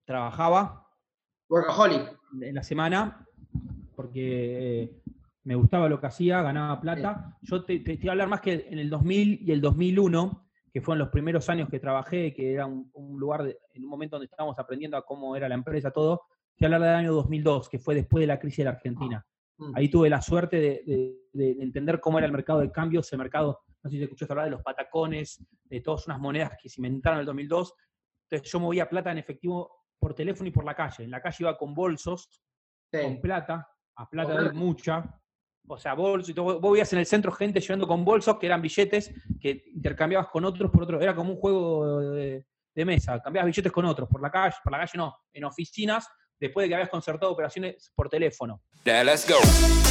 trabajaba Workaholic. en la semana porque me gustaba lo que hacía, ganaba plata. Yo te iba a hablar más que en el 2000 y el 2001, que fueron los primeros años que trabajé, que era un lugar, en un momento donde estábamos aprendiendo a cómo era la empresa, todo. Te voy a hablar del año 2002, que fue después de la crisis de la Argentina. Ahí tuve la suerte de entender cómo era el mercado de cambios, el mercado, no sé si te escuchaste hablar de los patacones, de todas unas monedas que se inventaron en el 2002. Entonces yo movía plata en efectivo por teléfono y por la calle. En la calle iba con bolsos, con plata, a plata de hoy mucha. O sea, bolsos y todo. Vos veías en el centro gente llevando con bolsos que eran billetes que intercambiabas con otros por otros. Era como un juego de mesa. Cambiabas billetes con otros. Por la calle no. En oficinas, después de que habías concertado operaciones por teléfono. Yeah, let's go.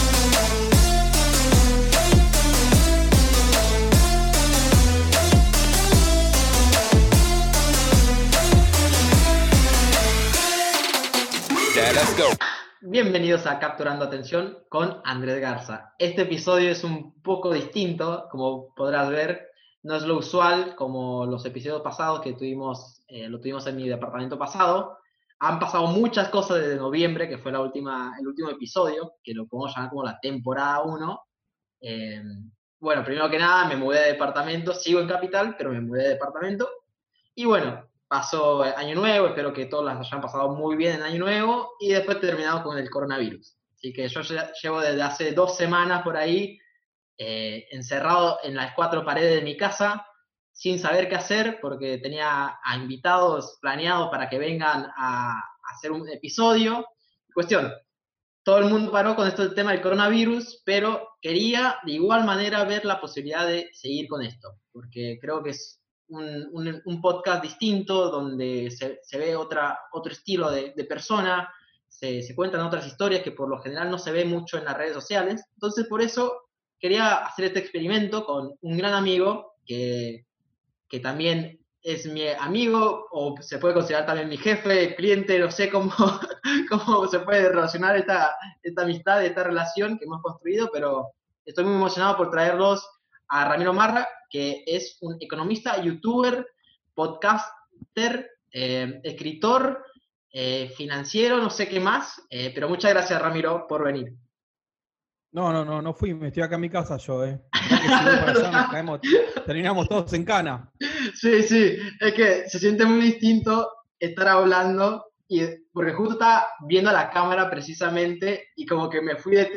Yeah, let's go. Bienvenidos a Capturando Atención con Andrés Garza. Este episodio es un poco distinto, como podrás ver. No es lo usual como los episodios pasados que lo tuvimos en mi departamento pasado. Han pasado muchas cosas desde noviembre, que fue el último episodio, que lo podemos llamar como la temporada 1. Bueno, primero que nada me mudé de departamento, sigo en Capital, pero me mudé de departamento. Y bueno, pasó Año Nuevo, espero que todos las hayan pasado muy bien en Año Nuevo, y después terminado con el coronavirus. Así que yo llevo desde hace 2 semanas por ahí, encerrado en las 4 paredes de mi casa, sin saber qué hacer, porque tenía a invitados planeados para que vengan a hacer un episodio. Cuestión, todo el mundo paró con esto del tema del coronavirus, pero quería de igual manera ver la posibilidad de seguir con esto, porque creo que es un podcast distinto, donde se ve otro estilo de persona, se cuentan otras historias que por lo general no se ve mucho en las redes sociales. Entonces por eso quería hacer este experimento con un gran amigo que también es mi amigo, o se puede considerar también mi jefe, cliente, no sé cómo se puede relacionar esta amistad, esta relación que hemos construido, pero estoy muy emocionado por traerlos a Ramiro Marra, que es un economista, youtuber, podcaster, escritor, financiero, no sé qué más, pero muchas gracias, Ramiro, por venir. No fui, me estoy acá en mi casa yo, Mirá que si voy para allá terminamos todos en cana. Sí, es que se siente muy distinto estar hablando, porque justo estaba viendo la cámara precisamente, y como que me fui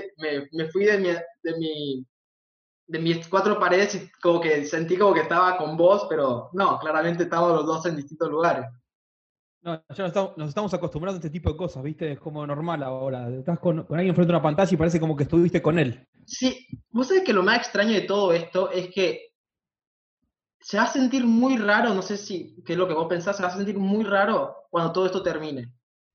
de mis 4 paredes y como que sentí como que estaba con vos, pero no, claramente estamos los dos en distintos lugares. No, ya nos estamos acostumbrando a este tipo de cosas, ¿viste? Es como normal ahora. Estás con alguien frente a una pantalla y parece como que estuviste con él. Sí, vos sabés que lo más extraño de todo esto es que se va a sentir muy raro, no sé qué es lo que vos pensás, se va a sentir muy raro cuando todo esto termine.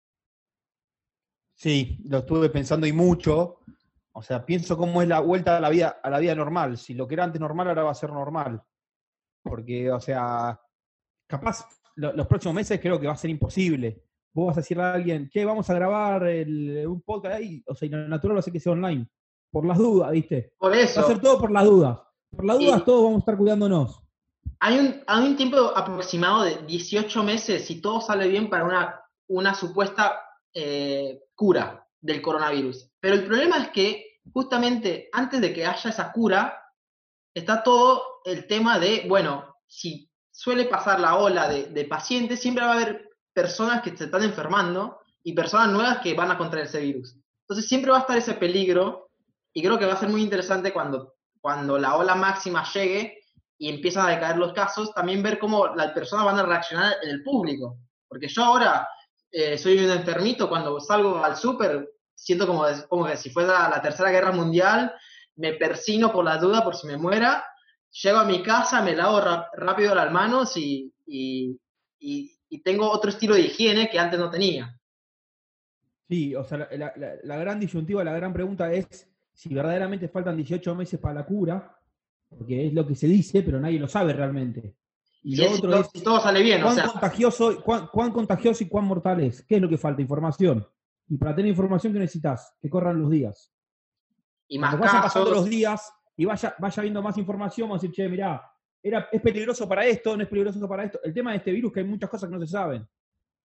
Sí, lo estuve pensando y mucho. O sea, pienso cómo es la vuelta a la vida normal. Si lo que era antes normal, ahora va a ser normal. Porque, o sea, capaz los próximos meses creo que va a ser imposible. Vos vas a decirle a alguien, che, vamos a grabar un podcast ahí. O sea, y lo natural va a ser que sea online. Por las dudas, ¿viste? Por eso. Va a ser todo por las dudas. Por las dudas todos vamos a estar cuidándonos. Hay un tiempo aproximado de 18 meses, si todo sale bien, para una supuesta cura del coronavirus. Pero el problema es que justamente antes de que haya esa cura, está todo el tema de, bueno, si suele pasar la ola de pacientes, siempre va a haber personas que se están enfermando y personas nuevas que van a contraer ese virus. Entonces siempre va a estar ese peligro, y creo que va a ser muy interesante cuando la ola máxima llegue y empiezan a decaer los casos, también ver cómo las personas van a reaccionar en el público. Porque yo ahora soy un enfermito, cuando salgo al súper, siento como que si fuera la Tercera Guerra Mundial, me persino por la duda, por si me muera, llego a mi casa, me lavo rápido las manos y tengo otro estilo de higiene que antes no tenía. Sí, o sea, la gran disyuntiva, la gran pregunta es si verdaderamente faltan 18 meses para la cura, porque es lo que se dice, pero nadie lo sabe realmente. Y lo otro es, si todo sale bien, cuán contagioso y cuán mortal es. ¿Qué es lo que falta? Información. Y para tener información, ¿qué necesitas? Que corran los días. Y más cuando vayan pasando los días y vaya viendo más información, vamos a decir, che, mirá, es peligroso para esto, no es peligroso para esto. El tema de este virus es que hay muchas cosas que no se saben.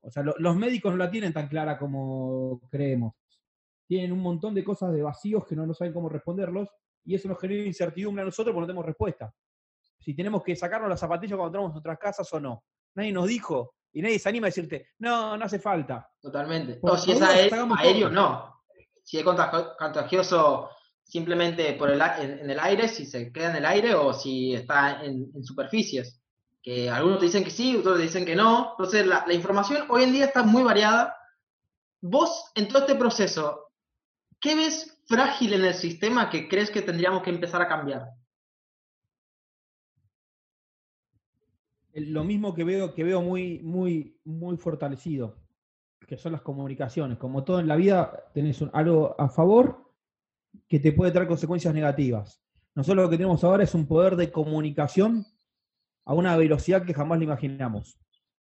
O sea, los médicos no la tienen tan clara como creemos. Tienen un montón de cosas de vacíos que no saben cómo responderlos, y eso nos genera incertidumbre a nosotros porque no tenemos respuesta. Si tenemos que sacarnos las zapatillas cuando entramos a nuestras casas o no. Nadie nos dijo, y nadie se anima a decirte, no, no hace falta. Totalmente. Por O si es las dudas, hagamos aéreo, todo. no. Si es contagioso simplemente en el aire, si se queda en el aire o si está en superficies. Que algunos te dicen que sí, otros te dicen que no. Entonces, la información hoy en día está muy variada. Vos, en todo este proceso, ¿qué ves frágil en el sistema que crees que tendríamos que empezar a cambiar? Lo mismo que veo muy, muy, muy fortalecido, que son las comunicaciones. Como todo en la vida, tenés algo a favor que te puede traer consecuencias negativas. Nosotros lo que tenemos ahora es un poder de comunicación a una velocidad que jamás lo imaginamos.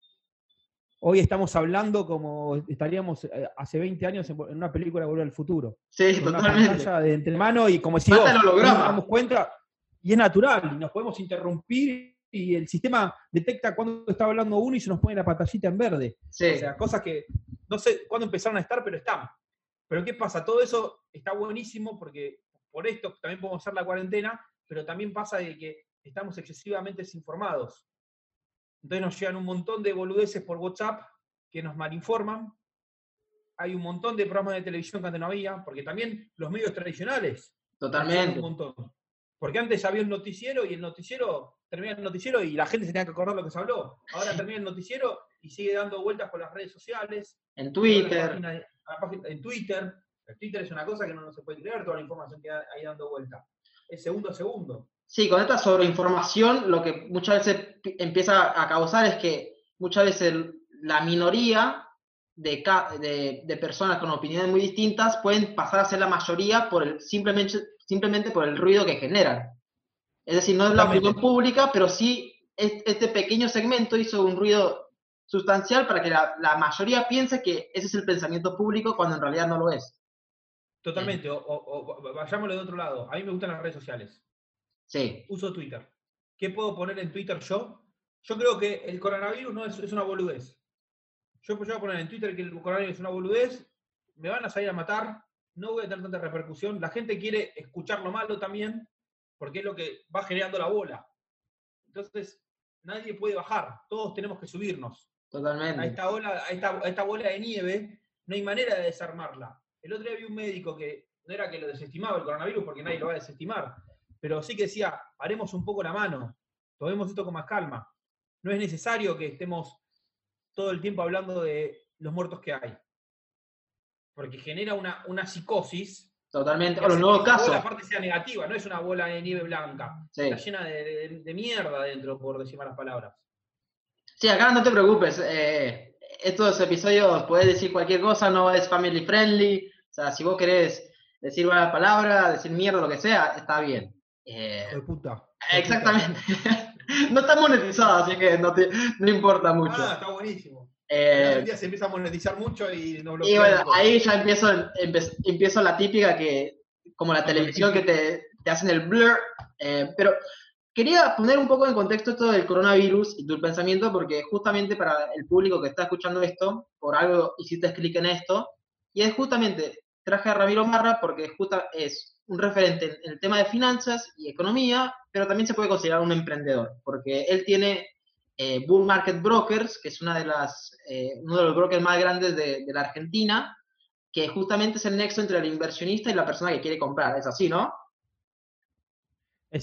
Hoy estamos hablando como estaríamos hace 20 años en una película de Volver al Futuro. Sí, con una totalmente. pantalla de entre mano y como si Falta el no holograma. nos damos cuenta y es natural y nos podemos interrumpir y el sistema detecta cuando está hablando uno y se nos pone la pantallita en verde. Sí. O sea, cosas que no sé cuándo empezaron a estar, pero están. Pero ¿qué pasa? Todo eso está buenísimo porque por esto también podemos hacer la cuarentena, pero también pasa de que estamos excesivamente desinformados. Entonces nos llegan un montón de boludeces por WhatsApp que nos malinforman. Hay un montón de programas de televisión que antes no había, porque también los medios tradicionales nos llegan un montón. Porque antes había un noticiero y el noticiero, termina el noticiero y la gente se tenía que acordar lo que se habló. Ahora termina el noticiero y sigue dando vueltas por las redes sociales. En Twitter. En Twitter. El Twitter es una cosa que no se puede creer, toda la información que hay dando vuelta. Es segundo a segundo. Sí, con esta sobreinformación lo que muchas veces empieza a causar es que muchas veces la minoría de personas con opiniones muy distintas pueden pasar a ser la mayoría simplemente por el ruido que generan. Es decir, no es la opinión pública, pero sí este pequeño segmento hizo un ruido sustancial para que la mayoría piense que ese es el pensamiento público cuando en realidad no lo es. Totalmente, o vayámoslo de otro lado. A mí me gustan las redes sociales. Sí. Uso Twitter. ¿Qué puedo poner en Twitter yo? Yo creo que el coronavirus no es una boludez. Yo voy a poner en Twitter que el coronavirus es una boludez, me van a salir a matar, no voy a tener tanta repercusión. La gente quiere escuchar lo malo también, porque es lo que va generando la bola. Entonces, nadie puede bajar, todos tenemos que subirnos. Totalmente. A esta bola de nieve, no hay manera de desarmarla. El otro día vi un médico que no era que lo desestimaba el coronavirus, porque nadie lo va a desestimar, pero sí que decía, haremos un poco la mano, tomemos esto con más calma. No es necesario que estemos todo el tiempo hablando de los muertos que hay. Porque genera una psicosis. Totalmente. O los nuevos casos. La parte sea negativa, no es una bola de nieve blanca. Sí. Está llena de mierda dentro, por decir malas palabras. Sí, acá no te preocupes. Estos episodios podés decir cualquier cosa, no es family friendly. O sea, si vos querés decir buenas palabras, decir mierda, lo que sea, está bien. Hijo de puta. Exactamente. No está monetizado, así que no importa mucho. Ah, está buenísimo. Hoy en día se empieza a monetizar mucho y no lo. Y bueno, ahí ya empiezo la típica que, como la televisión, que te hacen el blur. Pero quería poner un poco en contexto esto del coronavirus y tu pensamiento, porque justamente para el público que está escuchando esto, por algo hiciste clic en esto, y es justamente, traje a Ramiro Marra porque es un referente en el tema de finanzas y economía, pero también se puede considerar un emprendedor, porque él tiene Bull Market Brokers, que es uno de los brokers más grandes de la Argentina, que justamente es el nexo entre el inversionista y la persona que quiere comprar. Es así, ¿no? Es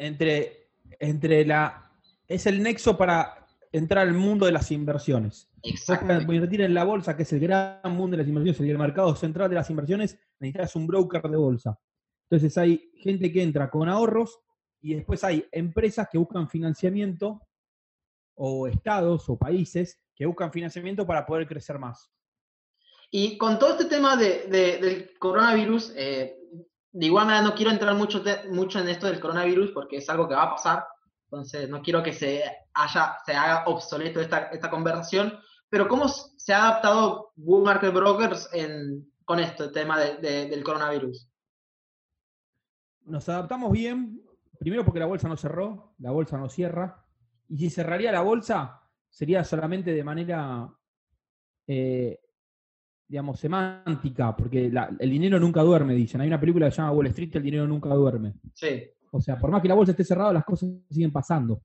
el nexo para entrar al mundo de las inversiones. Exacto. Para invertir en la bolsa, que es el gran mundo de las inversiones, el mercado central de las inversiones, necesitas un broker de bolsa. Entonces hay gente que entra con ahorros y después hay empresas que buscan financiamiento o estados o países que buscan financiamiento para poder crecer más. Y con todo este tema del coronavirus, de igual manera no quiero entrar mucho en esto del coronavirus porque es algo que va a pasar, entonces no quiero que se haga obsoleto esta conversación, pero ¿cómo se ha adaptado Bull Market Brokers con este tema del coronavirus? Nos adaptamos bien, primero porque la bolsa no cerró, la bolsa no cierra, y si cerraría la bolsa sería solamente de manera digamos, semántica, porque el dinero nunca duerme, dicen. Hay una película que se llama Wall Street, el dinero nunca duerme. Sí. O sea, por más que la bolsa esté cerrada, las cosas siguen pasando.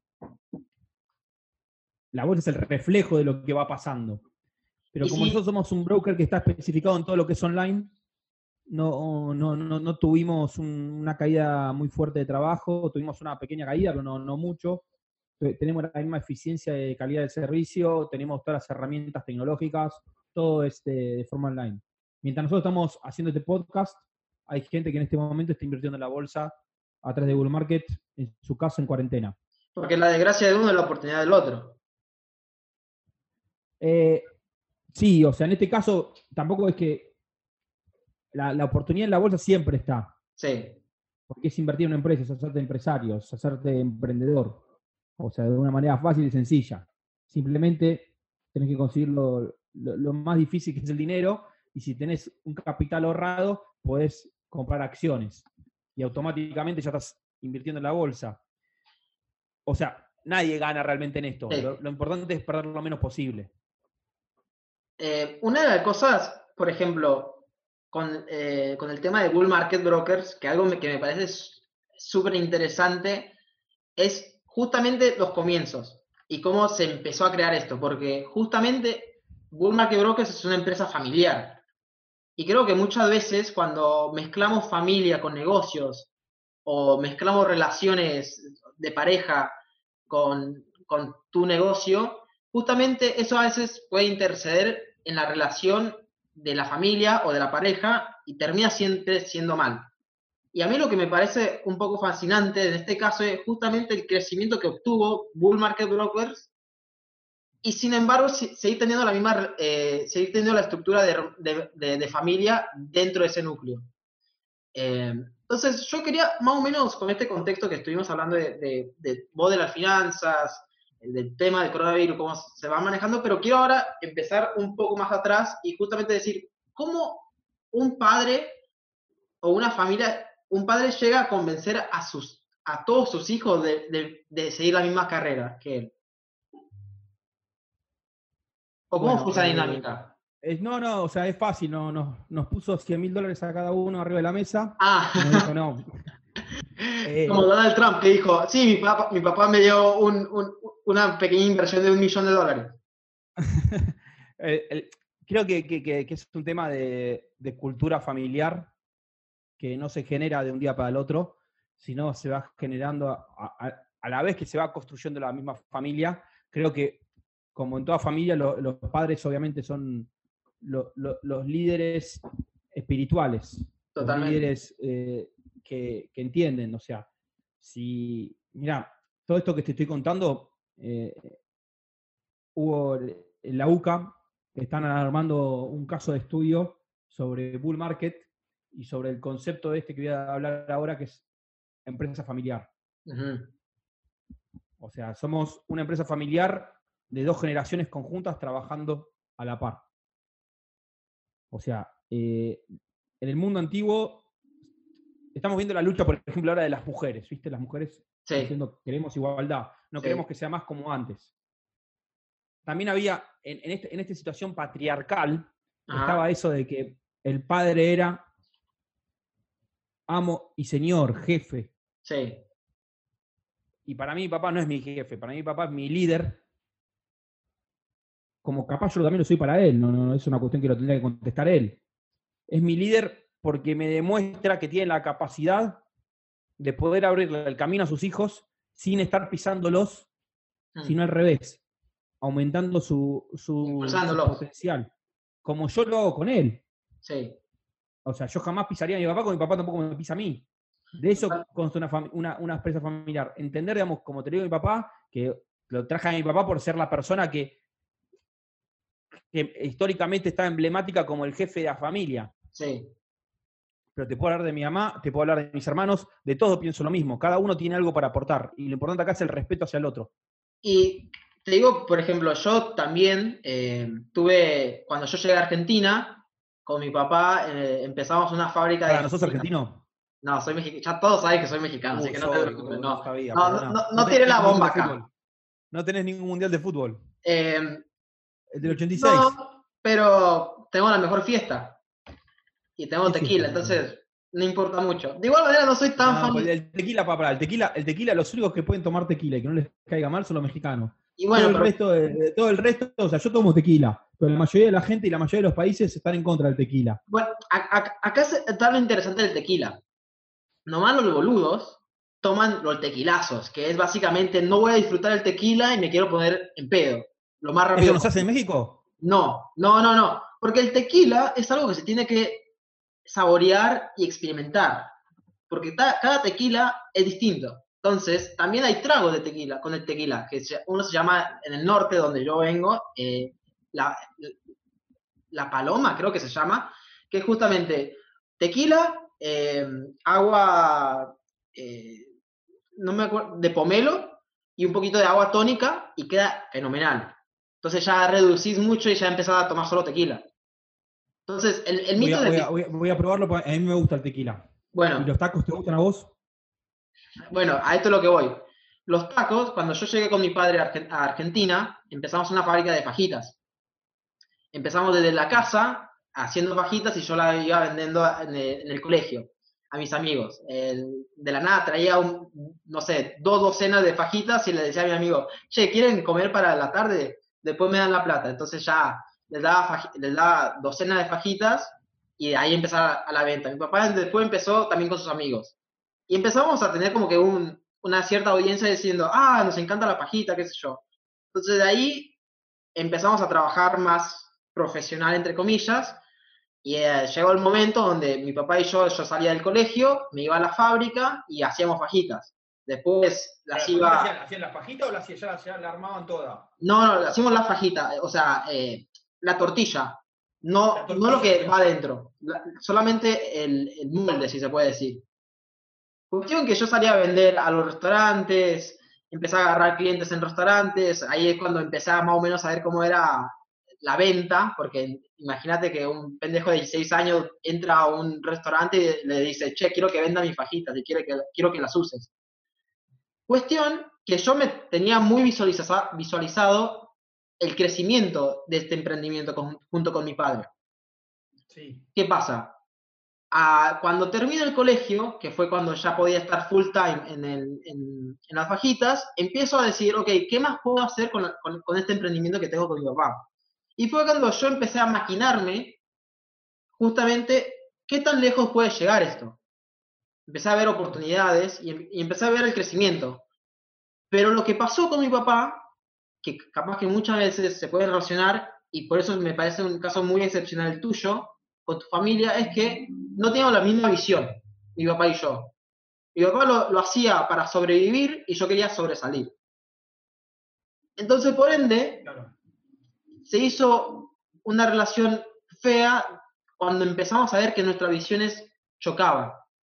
La bolsa es el reflejo de lo que va pasando. Pero como nosotros somos un broker que está especificado en todo lo que es online, no tuvimos una caída muy fuerte de trabajo, tuvimos una pequeña caída, pero no mucho. Tenemos la misma eficiencia de calidad del servicio, tenemos todas las herramientas tecnológicas, todo es de forma online. Mientras nosotros estamos haciendo este podcast, hay gente que en este momento está invirtiendo en la bolsa a través de Bull Market, en su caso en cuarentena. Porque la desgracia de uno es la oportunidad del otro. Sí, o sea, en este caso tampoco es que la oportunidad en la bolsa siempre está. Sí. Porque es invertir en una empresa, es hacerte empresario, es hacerte emprendedor. O sea, de una manera fácil y sencilla. Simplemente tenés que conseguir lo más difícil, que es el dinero, y si tenés un capital ahorrado, podés comprar acciones. Y automáticamente ya estás invirtiendo en la bolsa. O sea, nadie gana realmente en esto. Sí. Lo importante es perder lo menos posible. Una de las cosas, por ejemplo, con el tema de Bull Market Brokers, que algo que me parece súper interesante, es justamente los comienzos y cómo se empezó a crear esto, porque justamente Bull Market Brokers es una empresa familiar. Y creo que muchas veces cuando mezclamos familia con negocios o mezclamos relaciones de pareja con tu negocio, justamente eso a veces puede interceder en la relación de la familia o de la pareja y termina siempre siendo mal. Y a mí lo que me parece un poco fascinante en este caso es justamente el crecimiento que obtuvo Bull Market Brokers y sin embargo seguir teniendo la misma, seguir teniendo la estructura de familia dentro de ese núcleo. Entonces yo quería más o menos con este contexto que estuvimos hablando de vos de las finanzas, del tema del coronavirus, cómo se va manejando, pero quiero ahora empezar un poco más atrás y justamente decir, ¿cómo un padre o una familia, un padre llega a convencer a todos sus hijos de seguir la misma carrera que él? ¿O cómo fue esa dinámica? No, o sea, es fácil, nos puso $100.000 a cada uno arriba de la mesa. Ah, Y nos dijo, no. Como Donald Trump que dijo, sí, mi papá me dio una pequeña inversión de $1.000.000. Creo que es un tema de cultura familiar que no se genera de un día para el otro, sino se va generando a la vez que se va construyendo la misma familia. Creo que, como en toda familia, los padres obviamente son los líderes espirituales, Totalmente. los líderes que entienden. O sea, mirá, todo esto que te estoy contando, hubo en la UCA, están armando un caso de estudio sobre bull market y sobre el concepto de que voy a hablar ahora, que es empresa familiar. Uh-huh. O sea, somos una empresa familiar de 2 generaciones conjuntas trabajando a la par. O sea, en el mundo antiguo estamos viendo la lucha, por ejemplo, ahora de las mujeres, ¿viste? Las mujeres diciendo queremos igualdad, no queremos que sea más como antes. También había, en esta situación patriarcal, estaba eso de que el padre era amo y señor, jefe. Sí. Y para mí mi papá no es mi jefe, para mí mi papá es mi líder. Como capaz yo también lo soy para él, no es una cuestión que lo tendría que contestar él. Es mi líder porque me demuestra que tiene la capacidad de poder abrirle el camino a sus hijos sin estar pisándolos, sino al revés, aumentando su potencial. Como yo lo hago con él. Sí. O sea, yo jamás pisaría a mi papá, como mi papá tampoco me pisa a mí. De eso consta una empresa familiar. Entender, digamos, como te digo mi papá, que lo traje a mi papá por ser la persona que históricamente está emblemática como el jefe de la familia. Sí. Pero te puedo hablar de mi mamá, te puedo hablar de mis hermanos, de todo pienso lo mismo. Cada uno tiene algo para aportar. Y lo importante acá es el respeto hacia el otro. Y te digo, por ejemplo, yo también cuando yo llegué a Argentina, con mi papá empezamos una fábrica de... ¿No sos argentino? No, soy mexicano. Ya todos saben que soy mexicano, así que no te preocupes. No tiré la bomba acá. No tenés ningún mundial de fútbol. El del 86. pero tengo la mejor fiesta y tengo ¿Qué tequila, fiesta? entonces no importa mucho. De igual manera no soy tan No, fan. pues el tequila, los únicos que pueden tomar tequila y que no les caiga mal son los mexicanos. Y bueno, pero Todo el resto, o sea, yo tomo tequila, pero la mayoría de la gente y la mayoría de los países están en contra del tequila. bueno, acá está lo interesante del tequila. Nomás los boludos toman los tequilazos, que es básicamente no voy a disfrutar el tequila y me quiero poner en pedo, lo más ¿Eso rápido no se hace en posible. México? No, porque el tequila es algo que se tiene que saborear y experimentar, porque cada tequila es distinto. Entonces, también hay tragos de tequila, con el tequila, uno se llama, en el norte donde yo vengo, la, la paloma, creo que se llama, que es justamente tequila, agua, eh, no me acuerdo, de pomelo y un poquito de agua tónica y queda fenomenal. Entonces ya reducís mucho y ya empezás a tomar solo tequila. Entonces, el Voy mito a, de voy que, a, voy a- voy a probarlo, porque a mí me gusta el tequila. ¿Y bueno, los tacos te gustan a vos? bueno, a esto es lo que voy. Los tacos, cuando yo llegué con mi padre a Argentina, empezamos una fábrica de fajitas. Empezamos desde la casa haciendo fajitas y yo la iba vendiendo en el colegio a mis amigos. De la nada traía, no sé, 2 docenas de fajitas y le decía a mi amigo, che, ¿quieren comer para la tarde? Después me dan la plata. Entonces ya les daba docenas de fajitas y de ahí empezaba a la venta. Mi papá después empezó también con sus amigos. Y empezamos a tener como que una cierta audiencia diciendo, ah, nos encanta la fajita, qué sé yo. Entonces de ahí empezamos a trabajar más profesional, entre comillas, y llegó el momento donde mi papá y yo salía del colegio, me iba a la fábrica y hacíamos fajitas. Después ¿Pero las las fajitas iba... hacían la fajita o ya la armaban toda? No, hacíamos la fajita, o sea, la tortilla, La no lo tortilla que va hacían. adentro, solamente el molde, si se puede decir. Cuestión que yo salía a vender a los restaurantes, empecé a agarrar clientes en restaurantes, ahí es cuando empecé a más o menos a ver cómo era la venta, porque imagínate que un pendejo de 16 años entra a un restaurante y le dice, che, quiero que venda mis fajitas y quiero que las uses. Cuestión que yo me tenía muy visualizado el crecimiento de este emprendimiento junto con mi padre. Sí. ¿Qué pasa? Cuando termino el colegio, que fue cuando ya podía estar full time en las fajitas, empiezo a decir, ok, ¿qué más puedo hacer con este emprendimiento que tengo con mi papá? Y fue cuando yo empecé a maquinarme justamente qué tan lejos puede llegar esto. Empecé a ver oportunidades y empecé a ver el crecimiento. Pero lo que pasó con mi papá, que capaz que muchas veces se puede relacionar, y por eso me parece un caso muy excepcional el tuyo, con tu familia, es que no teníamos la misma visión, mi papá y yo. Mi papá lo hacía para sobrevivir y yo quería sobresalir. Entonces, por ende, Claro. se hizo una relación fea cuando empezamos a ver que nuestras visiones chocaban.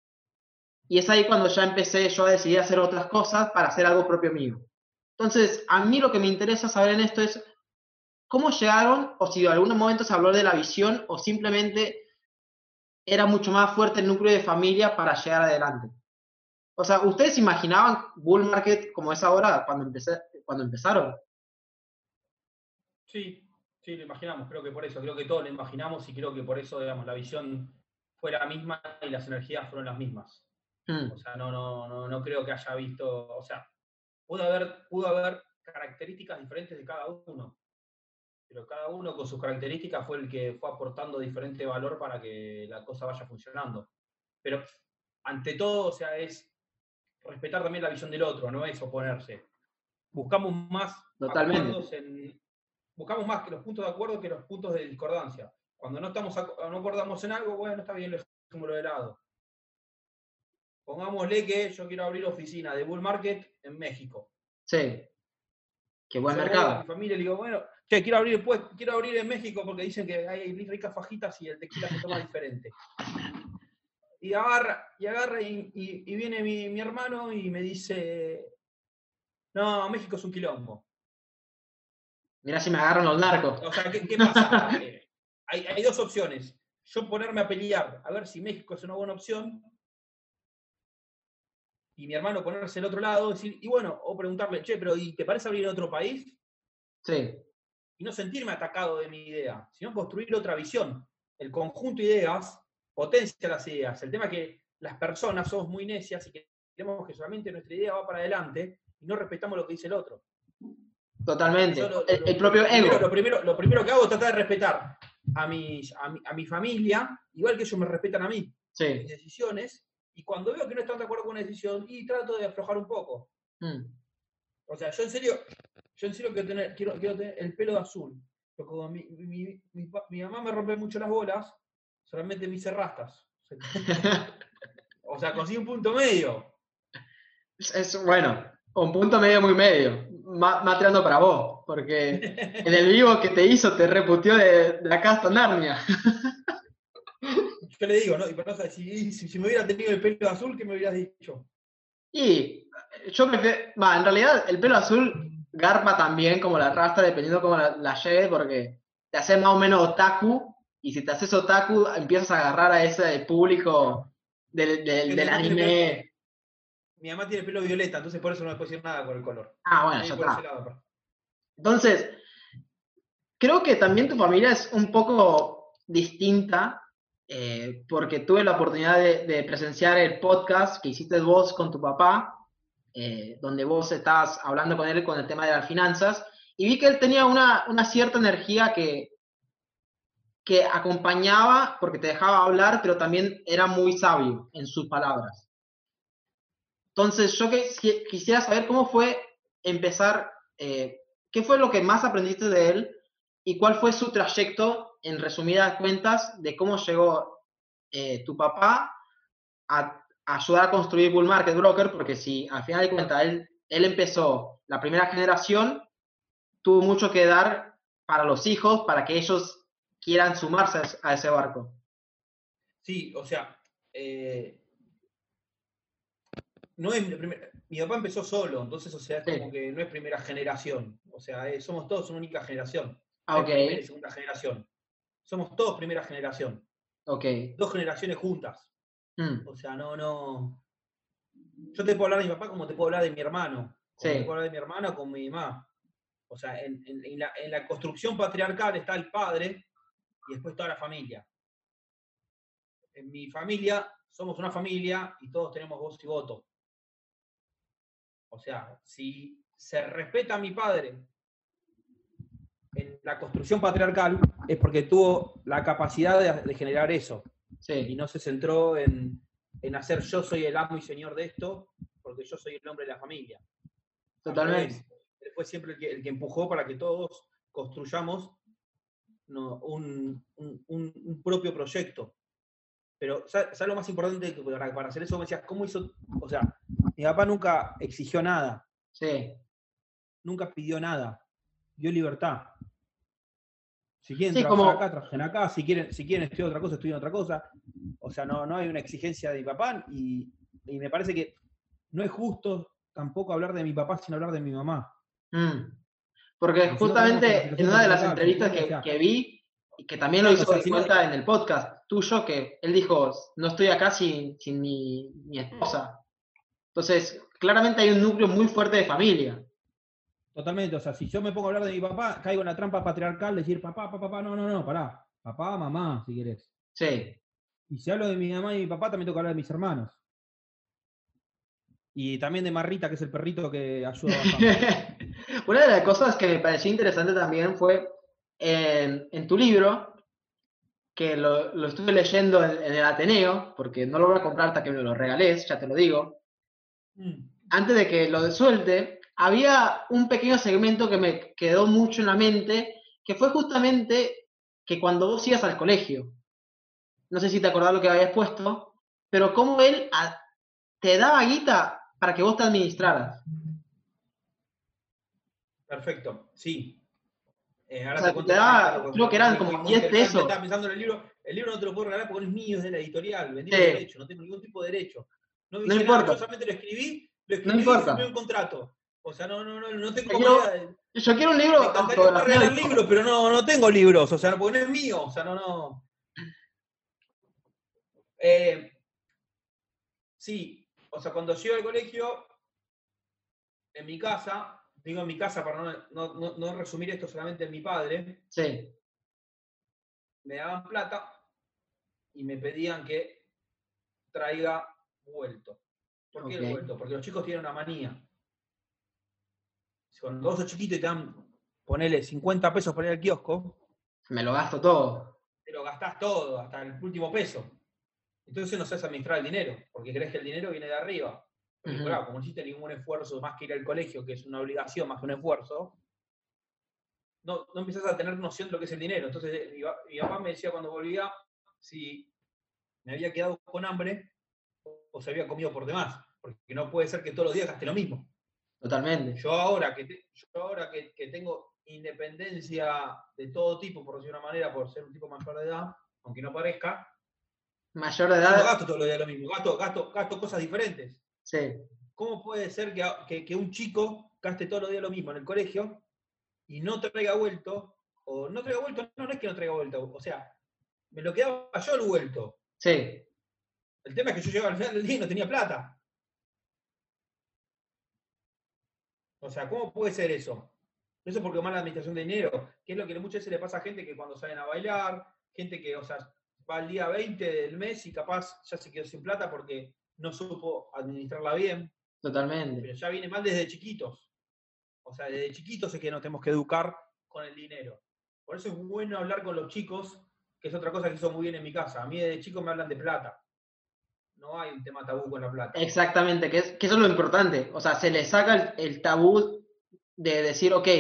Y es ahí cuando ya empecé yo a decidir hacer otras cosas para hacer algo propio mío. Entonces, a mí lo que me interesa saber en esto es cómo llegaron, o si en algún momento se habló de la visión, o simplemente era mucho más fuerte el núcleo de familia para llegar adelante. O sea, ¿ustedes imaginaban Bull Market como es ahora cuando empezaron? Sí, sí, lo imaginamos, creo que por eso, creo que todos lo imaginamos y creo que por eso, digamos, la visión fue la misma y las energías fueron las mismas. Hmm. O sea, no creo que haya visto, o sea, pudo haber características diferentes de cada uno, pero cada uno con sus características fue el que fue aportando diferente valor para que la cosa vaya funcionando. Pero ante todo, o sea, es respetar también la visión del otro, no es oponerse. Buscamos más Totalmente. acuerdos buscamos más que los puntos de acuerdo que los puntos de discordancia. Cuando no acordamos en algo, bueno, está bien, lo dejémoslo de lado. Pongámosle que yo quiero abrir oficina de Bull Market en México. Sí, qué Y buen yo voy a mi mercado. familia y le digo, bueno, quiero abrir en México porque dicen que hay ricas fajitas y el tequila se toma diferente. Y agarra y viene mi hermano y me dice, no, México es un quilombo. Mirá si me agarran los narcos. O sea, ¿qué pasa? Hay dos opciones. Yo ponerme a pelear, a ver si México es una buena opción, y mi hermano ponerse al otro lado, decir, y bueno, o preguntarle, che, pero ¿y te parece abrir en otro país? Sí, y no sentirme atacado de mi idea, sino construir otra visión. El conjunto de ideas potencia las ideas. El tema es que las personas somos muy necias y que creemos que solamente nuestra idea va para adelante y no respetamos lo que dice el otro. Totalmente. Yo El propio ego. Lo primero que hago es tratar de respetar a mi familia, igual que ellos me respetan a mí, Sí. mis decisiones, y cuando veo que no están de acuerdo con una decisión, y trato de aflojar un poco. O sea, yo en serio quiero tener el pelo de azul. Pero como mi mamá me rompe mucho las bolas, solamente me hice rastas. O sea, consigo un punto medio. Es bueno, un punto medio muy medio. Más tirando para vos, porque en el vivo que te hizo te reputió de la casta Narnia. Yo le digo, ¿no? Y pero, o sea, si me hubiera tenido el pelo azul, ¿qué me hubieras dicho? Y yo prefiero. En realidad el pelo azul garpa también como la rasta, dependiendo cómo la lleves, porque te haces más o menos otaku, y si te haces otaku, empiezas a agarrar a ese público del anime. Mi mamá tiene el pelo violeta, entonces por eso no me puedo decir nada con el color. Bueno, ya está. Entonces, creo que también tu familia es un poco distinta, porque tuve la oportunidad de presenciar el podcast que hiciste vos con tu papá, donde vos estabas hablando con él con el tema de las finanzas, y vi que él tenía una cierta energía que acompañaba, porque te dejaba hablar, pero también era muy sabio en sus palabras. Entonces, yo quisiera saber cómo fue empezar, qué fue lo que más aprendiste de él y cuál fue su trayecto, en resumidas cuentas, de cómo llegó tu papá a ayudar a construir Bull Market Broker, porque si al final de cuentas él empezó la primera generación, tuvo mucho que dar para los hijos, para que ellos quieran sumarse a ese barco. Sí, o sea, no es mi papá empezó solo, entonces, o sea, es como que no es primera generación. O sea, somos todos una única generación. No es primera y segunda generación. Somos todos primera generación. Dos generaciones juntas. O sea, no. Yo te puedo hablar de mi papá como te puedo hablar de mi hermano. Como te puedo hablar de mi hermana con mi mamá. O sea, en la construcción patriarcal está el padre y después toda la familia. En mi familia somos una familia y todos tenemos voz y voto. O sea, si se respeta a mi padre en la construcción patriarcal, es porque tuvo la capacidad de generar eso. Y no se centró en hacer yo soy el amo y señor de esto, porque yo soy el hombre de la familia. Totalmente. Él fue siempre el que empujó para que todos construyamos un propio proyecto. Pero, ¿sabes lo más importante? Para hacer eso me decías, ¿cómo hizo? O sea, mi papá nunca exigió nada. Nunca pidió nada. Dio libertad. Si quieren trabajar acá, acá. Si quieren estudiar otra cosa, estudian otra cosa. O sea, no hay una exigencia de mi papá y me parece que no es justo tampoco hablar de mi papá sin hablar de mi mamá. Porque justamente en una de las entrevistas que vi, y que también lo hizo de cuenta en el podcast tuyo, que él dijo, no estoy acá sin mi esposa. Entonces, claramente hay un núcleo muy fuerte de familia. Totalmente, o sea, si yo me pongo a hablar de mi papá, caigo en la trampa patriarcal de decir papá, no, pará. Papá, mamá, si querés. Y si hablo de mi mamá y mi papá, también tengo que hablar de mis hermanos. Y también de Marrita, que es el perrito que ayuda bastante. Una de las cosas que me pareció interesante también fue en tu libro, que lo estuve leyendo en el Ateneo, porque no lo voy a comprar hasta que me lo regales, ya te lo digo. Antes de que lo suelte, había un pequeño segmento que me quedó mucho en la mente, que fue justamente que cuando vos ibas al colegio, no sé si te acordás lo que habías puesto, pero cómo él te daba guita para que vos te administraras. Perfecto, sí. Ahora o sea, te daba, creo que eran como 10 pesos. Estaba pensando en el libro no te lo puedo regalar porque es mío, es de la editorial, vendido de derecho, no tengo ningún tipo de derecho. No importa. Nada, yo solamente lo escribí y firmé un contrato. O sea, no tengo manera de... Yo quiero un libro. Me encantaría regalar libros, pero no tengo libros, o sea, porque no es mío, o sea, no. Sí, o sea, cuando llego al colegio, en mi casa, digo en mi casa para no resumir esto solamente en mi padre, Sí, me daban plata y me pedían que traiga vuelto. ¿Por qué ok. el vuelto? Porque los chicos tienen una manía. Cuando vos sos chiquito y te dan, ponele 50 pesos para ir al kiosco, Me lo gasto todo. te lo gastás todo, hasta el último peso. Entonces no sabes administrar el dinero, porque crees que el dinero viene de arriba. Porque Ujú. claro, como no hiciste ningún esfuerzo más que ir al colegio, que es una obligación más que un esfuerzo, no empiezas a tener noción de lo que es el dinero. Entonces mi papá me decía cuando volvía si me había quedado con hambre o se había comido por demás, porque no puede ser que todos los días gaste lo mismo. Totalmente. Que tengo independencia de todo tipo, por decir una manera, por ser un tipo mayor de edad, aunque no parezca, Mayor de yo no edad, gasto todos los días lo mismo, gasto cosas diferentes. sí, ¿Cómo puede ser que un chico gaste todos los días lo mismo en el colegio y no traiga vuelto? O no traiga vuelto, no es que no traiga vuelto, o sea, me lo quedaba yo el vuelto. sí. El tema es que yo llegaba al final del día y no tenía plata. O sea, ¿cómo puede ser eso? Eso es porque mala administración de dinero, que es lo que muchas veces le pasa a gente que cuando salen a bailar, gente que, o sea, va al día 20 del mes y capaz ya se quedó sin plata porque no supo administrarla bien, Totalmente. pero ya viene mal desde chiquitos. O sea, desde chiquitos es que nos tenemos que educar con el dinero. Por eso es bueno hablar con los chicos, que es otra cosa que hizo muy bien en mi casa. A mí desde chico me hablan de plata. No hay un tema tabú con la plata. Exactamente, que eso es lo importante. O sea, se le saca el tabú de decir, ok,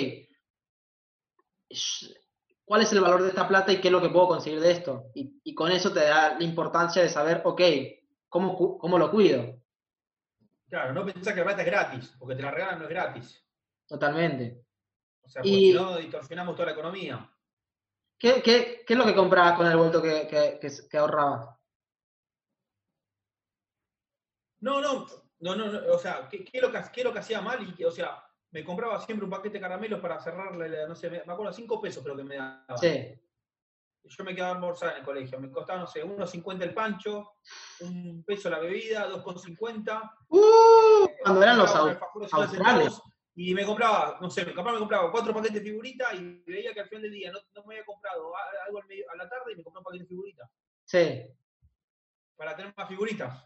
¿cuál es el valor de esta plata y qué es lo que puedo conseguir de esto? Y con eso te da la importancia de saber, ok, ¿cómo lo cuido? Claro, no pensás que la plata es gratis, porque te la regalan no es gratis. Totalmente. O sea, porque si ¿Y no distorsionamos toda la economía. qué es lo que comprabas con el vuelto que ahorrabas? O sea, ¿qué es lo que hacía mal? O sea, me compraba siempre un paquete de caramelos para cerrarle, no sé, me acuerdo, 5 pesos creo que me daban. Sí. Yo me quedaba a almorzar en el colegio, me costaba, no sé, 1,50 el pancho, 1 peso la bebida, 2,50, Cuando eran los compraba un alfajor de 50 australes. centavos y me compraba, no sé, capaz me compraba 4 paquetes de figuritas y veía que al final del día no me había comprado algo a la tarde y me compraba un paquete de figuritas Sí. para tener más figuritas.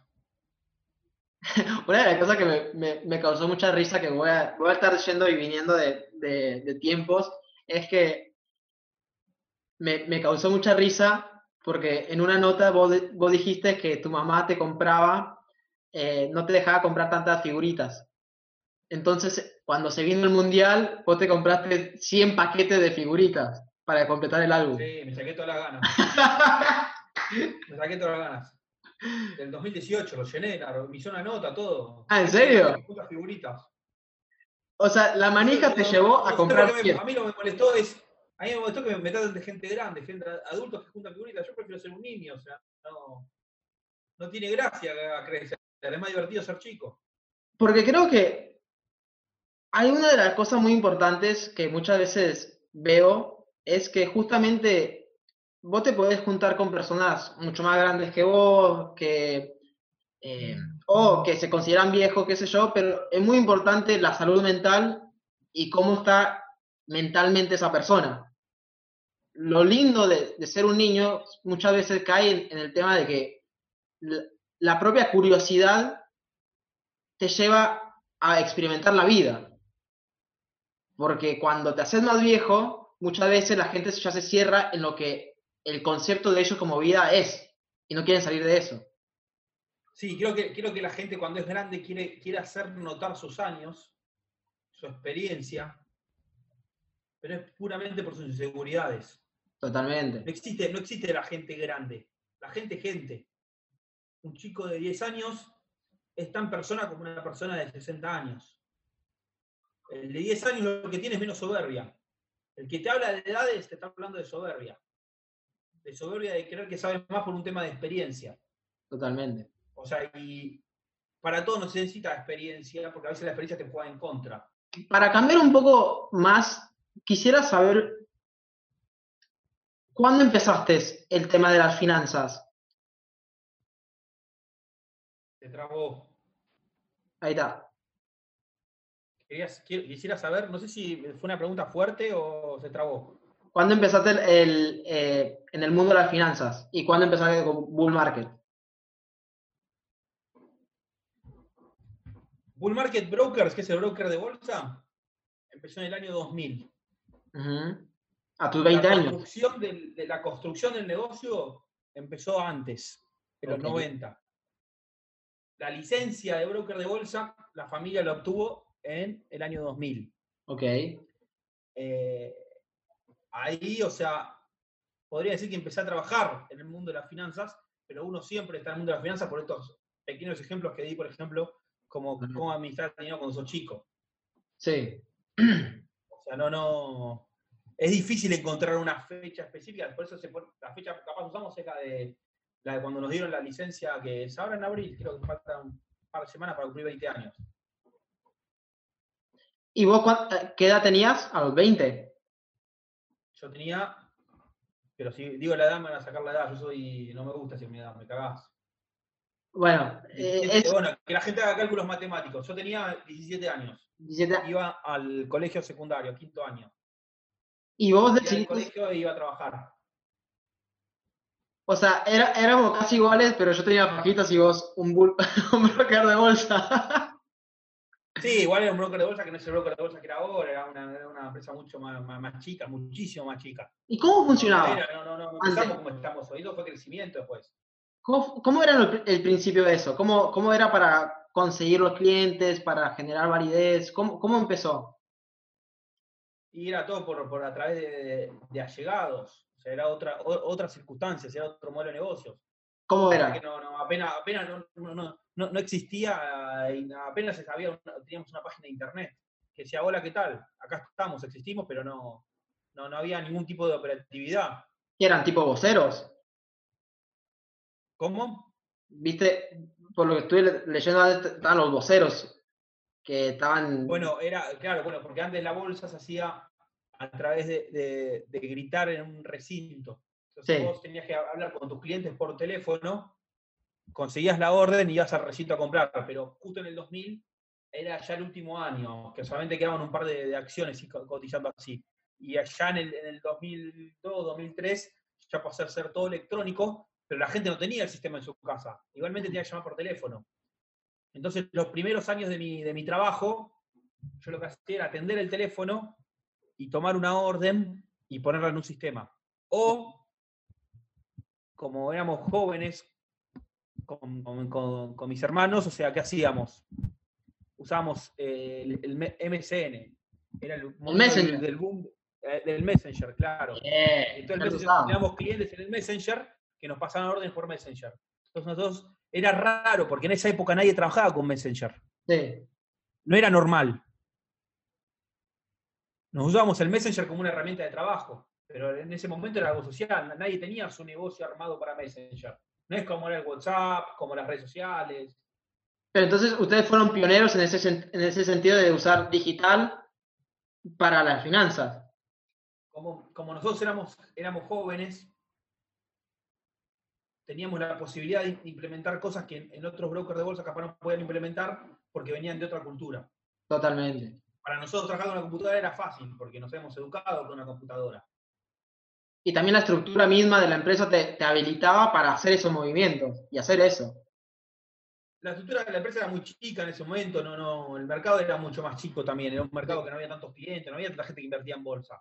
Una de las cosas que me causó mucha risa, que voy a estar yendo y viniendo de tiempos, es que me causó mucha risa porque en una nota vos dijiste que tu mamá te compraba, no te dejaba comprar tantas figuritas. Entonces, cuando se vino el mundial, vos te compraste 100 paquetes de figuritas para completar el álbum. Sí, me saqué todas las ganas. Me saqué todas las ganas. Del 2018 lo llené, me hizo una nota, todo. Ah, ¿en Gente grande serio? que junta figuritas. O sea, la manija te llevó a No sé por comprar qué 100. a mí lo que me molestó es. A mí me molestó que me traten de gente grande, gente adultos que juntan figuritas. Yo prefiero ser un niño, o sea, no tiene gracia crecer. Es más divertido ser chico. Porque creo que hay una de las cosas muy importantes que muchas veces veo, es que justamente vos te podés juntar con personas mucho más grandes que vos, eh, o que se consideran viejos, qué sé yo, pero es muy importante la salud mental y cómo está mentalmente esa persona. Lo lindo de ser un niño muchas veces cae en el tema de que la, la propia curiosidad te lleva a experimentar la vida. Porque cuando te haces más viejo, muchas veces la gente ya se cierra en lo que el concepto de ellos como vida es y no quieren salir de eso. Sí, creo que la gente cuando es grande quiere hacer notar sus años, su experiencia, pero es puramente por sus inseguridades. Totalmente. No existe la gente grande. La gente es gente. Un chico de 10 años es tan persona como una persona de 60 años. El de 10 años lo que tiene es menos soberbia. El que te habla de edades te está hablando de soberbia. De soberbia de creer que sabe más por un tema de experiencia. Totalmente. O sea, y para todo no se necesita experiencia, porque a veces la experiencia te juega en contra. Para cambiar un poco más, quisiera saber cuándo empezaste el tema de las finanzas. Te trabó. Ahí está. Quisiera saber, no sé si fue una pregunta fuerte o se trabó. ¿Cuándo empezaste en el mundo de las finanzas? ¿Y cuándo empezaste con Bull Market? Bull Market Brokers, que es el broker de bolsa, empezó en el año 2000. Ujú. A tus 20 años. La construcción del negocio empezó antes, en los Ok, 90. La licencia de broker de bolsa, la familia la obtuvo en el año 2000. ok. Eh, Ahí, o sea, podría decir que empecé a trabajar en el mundo de las finanzas, pero uno siempre está en el mundo de las finanzas por estos pequeños ejemplos que di, por ejemplo, como cómo administrar dinero cuando sos chico. Sí. O sea, no. Es difícil encontrar una fecha específica, por eso la fecha capaz usamos es la de cuando nos dieron la licencia, que es ahora en abril, creo que faltan un par de semanas para cumplir 20 años. ¿Y vos qué edad tenías? A los 20. Yo tenía, pero si digo la edad me van a sacar la edad, no me gusta decir mi edad, me cagás. Bueno, Bueno, que la gente haga cálculos matemáticos. Yo tenía 17 años. 17. Iba al colegio secundario, quinto año. Y vos Salía del decidiste, colegio e iba a trabajar. o sea, éramos casi iguales, pero yo tenía pajitas y vos un broker de bolsa. Sí, igual era un broker de bolsa que no es el broker de bolsa que era ahora, era una empresa mucho más chica, muchísimo más chica. ¿Y cómo funcionaba No antes? empezamos como estamos hoy, fue crecimiento después. ¿Cómo era el principio de eso? ¿Cómo era para conseguir los clientes, para generar validez? ¿Cómo empezó? Y era todo por a través de allegados, o sea, era otras circunstancias, era otro modelo de negocios. ¿Cómo Hasta era? que apenas no existía, y apenas teníamos una página de internet que decía, hola, ¿qué tal? Acá estamos, existimos, pero no había ningún tipo de operatividad. ¿Qué eran tipo voceros? ¿Cómo? ¿Viste? Por lo que estuve leyendo, estaban los voceros que estaban... Bueno, claro, porque antes la bolsa se hacía a través de gritar en un recinto. Entonces Sí, vos tenías que hablar con tus clientes por teléfono, conseguías la orden y ibas al recinto a comprar, pero justo en el 2000 era ya el último año, que solamente quedaban un par de acciones cotizando así. Y allá en el 2002, 2003, ya pasó a ser todo electrónico, pero la gente no tenía el sistema en su casa. Igualmente tenía que llamar por teléfono. Entonces, los primeros años de mi trabajo, yo lo que hacía era atender el teléfono y tomar una orden y ponerla en un sistema. O, como éramos jóvenes, con mis hermanos, o sea, ¿qué hacíamos? Usábamos el MSN, era el el momento Messenger. del boom del Messenger, claro. Entonces, Ya el lo Messenger, usaba. teníamos clientes en el Messenger que nos pasaban órdenes por Messenger. Entonces nosotros, era raro, porque en esa época nadie trabajaba con Messenger. Sí. No era normal. Nos usábamos el Messenger como una herramienta de trabajo, pero en ese momento era algo social, nadie tenía su negocio armado para Messenger. No es como era el WhatsApp, como las redes sociales. Pero entonces ustedes fueron pioneros en ese sentido de usar digital para las finanzas. Como nosotros éramos jóvenes, teníamos la posibilidad de implementar cosas que en otros brokers de bolsa capaz no podían implementar porque venían de otra cultura. Totalmente. Para nosotros trabajar con una computadora era fácil porque nos hemos educado con una computadora. Y también la estructura misma de la empresa te habilitaba para hacer esos movimientos y hacer eso. La estructura de la empresa era muy chica en ese momento, el mercado era mucho más chico también, era un mercado que no había tantos clientes, no había tanta gente que invertía en bolsa.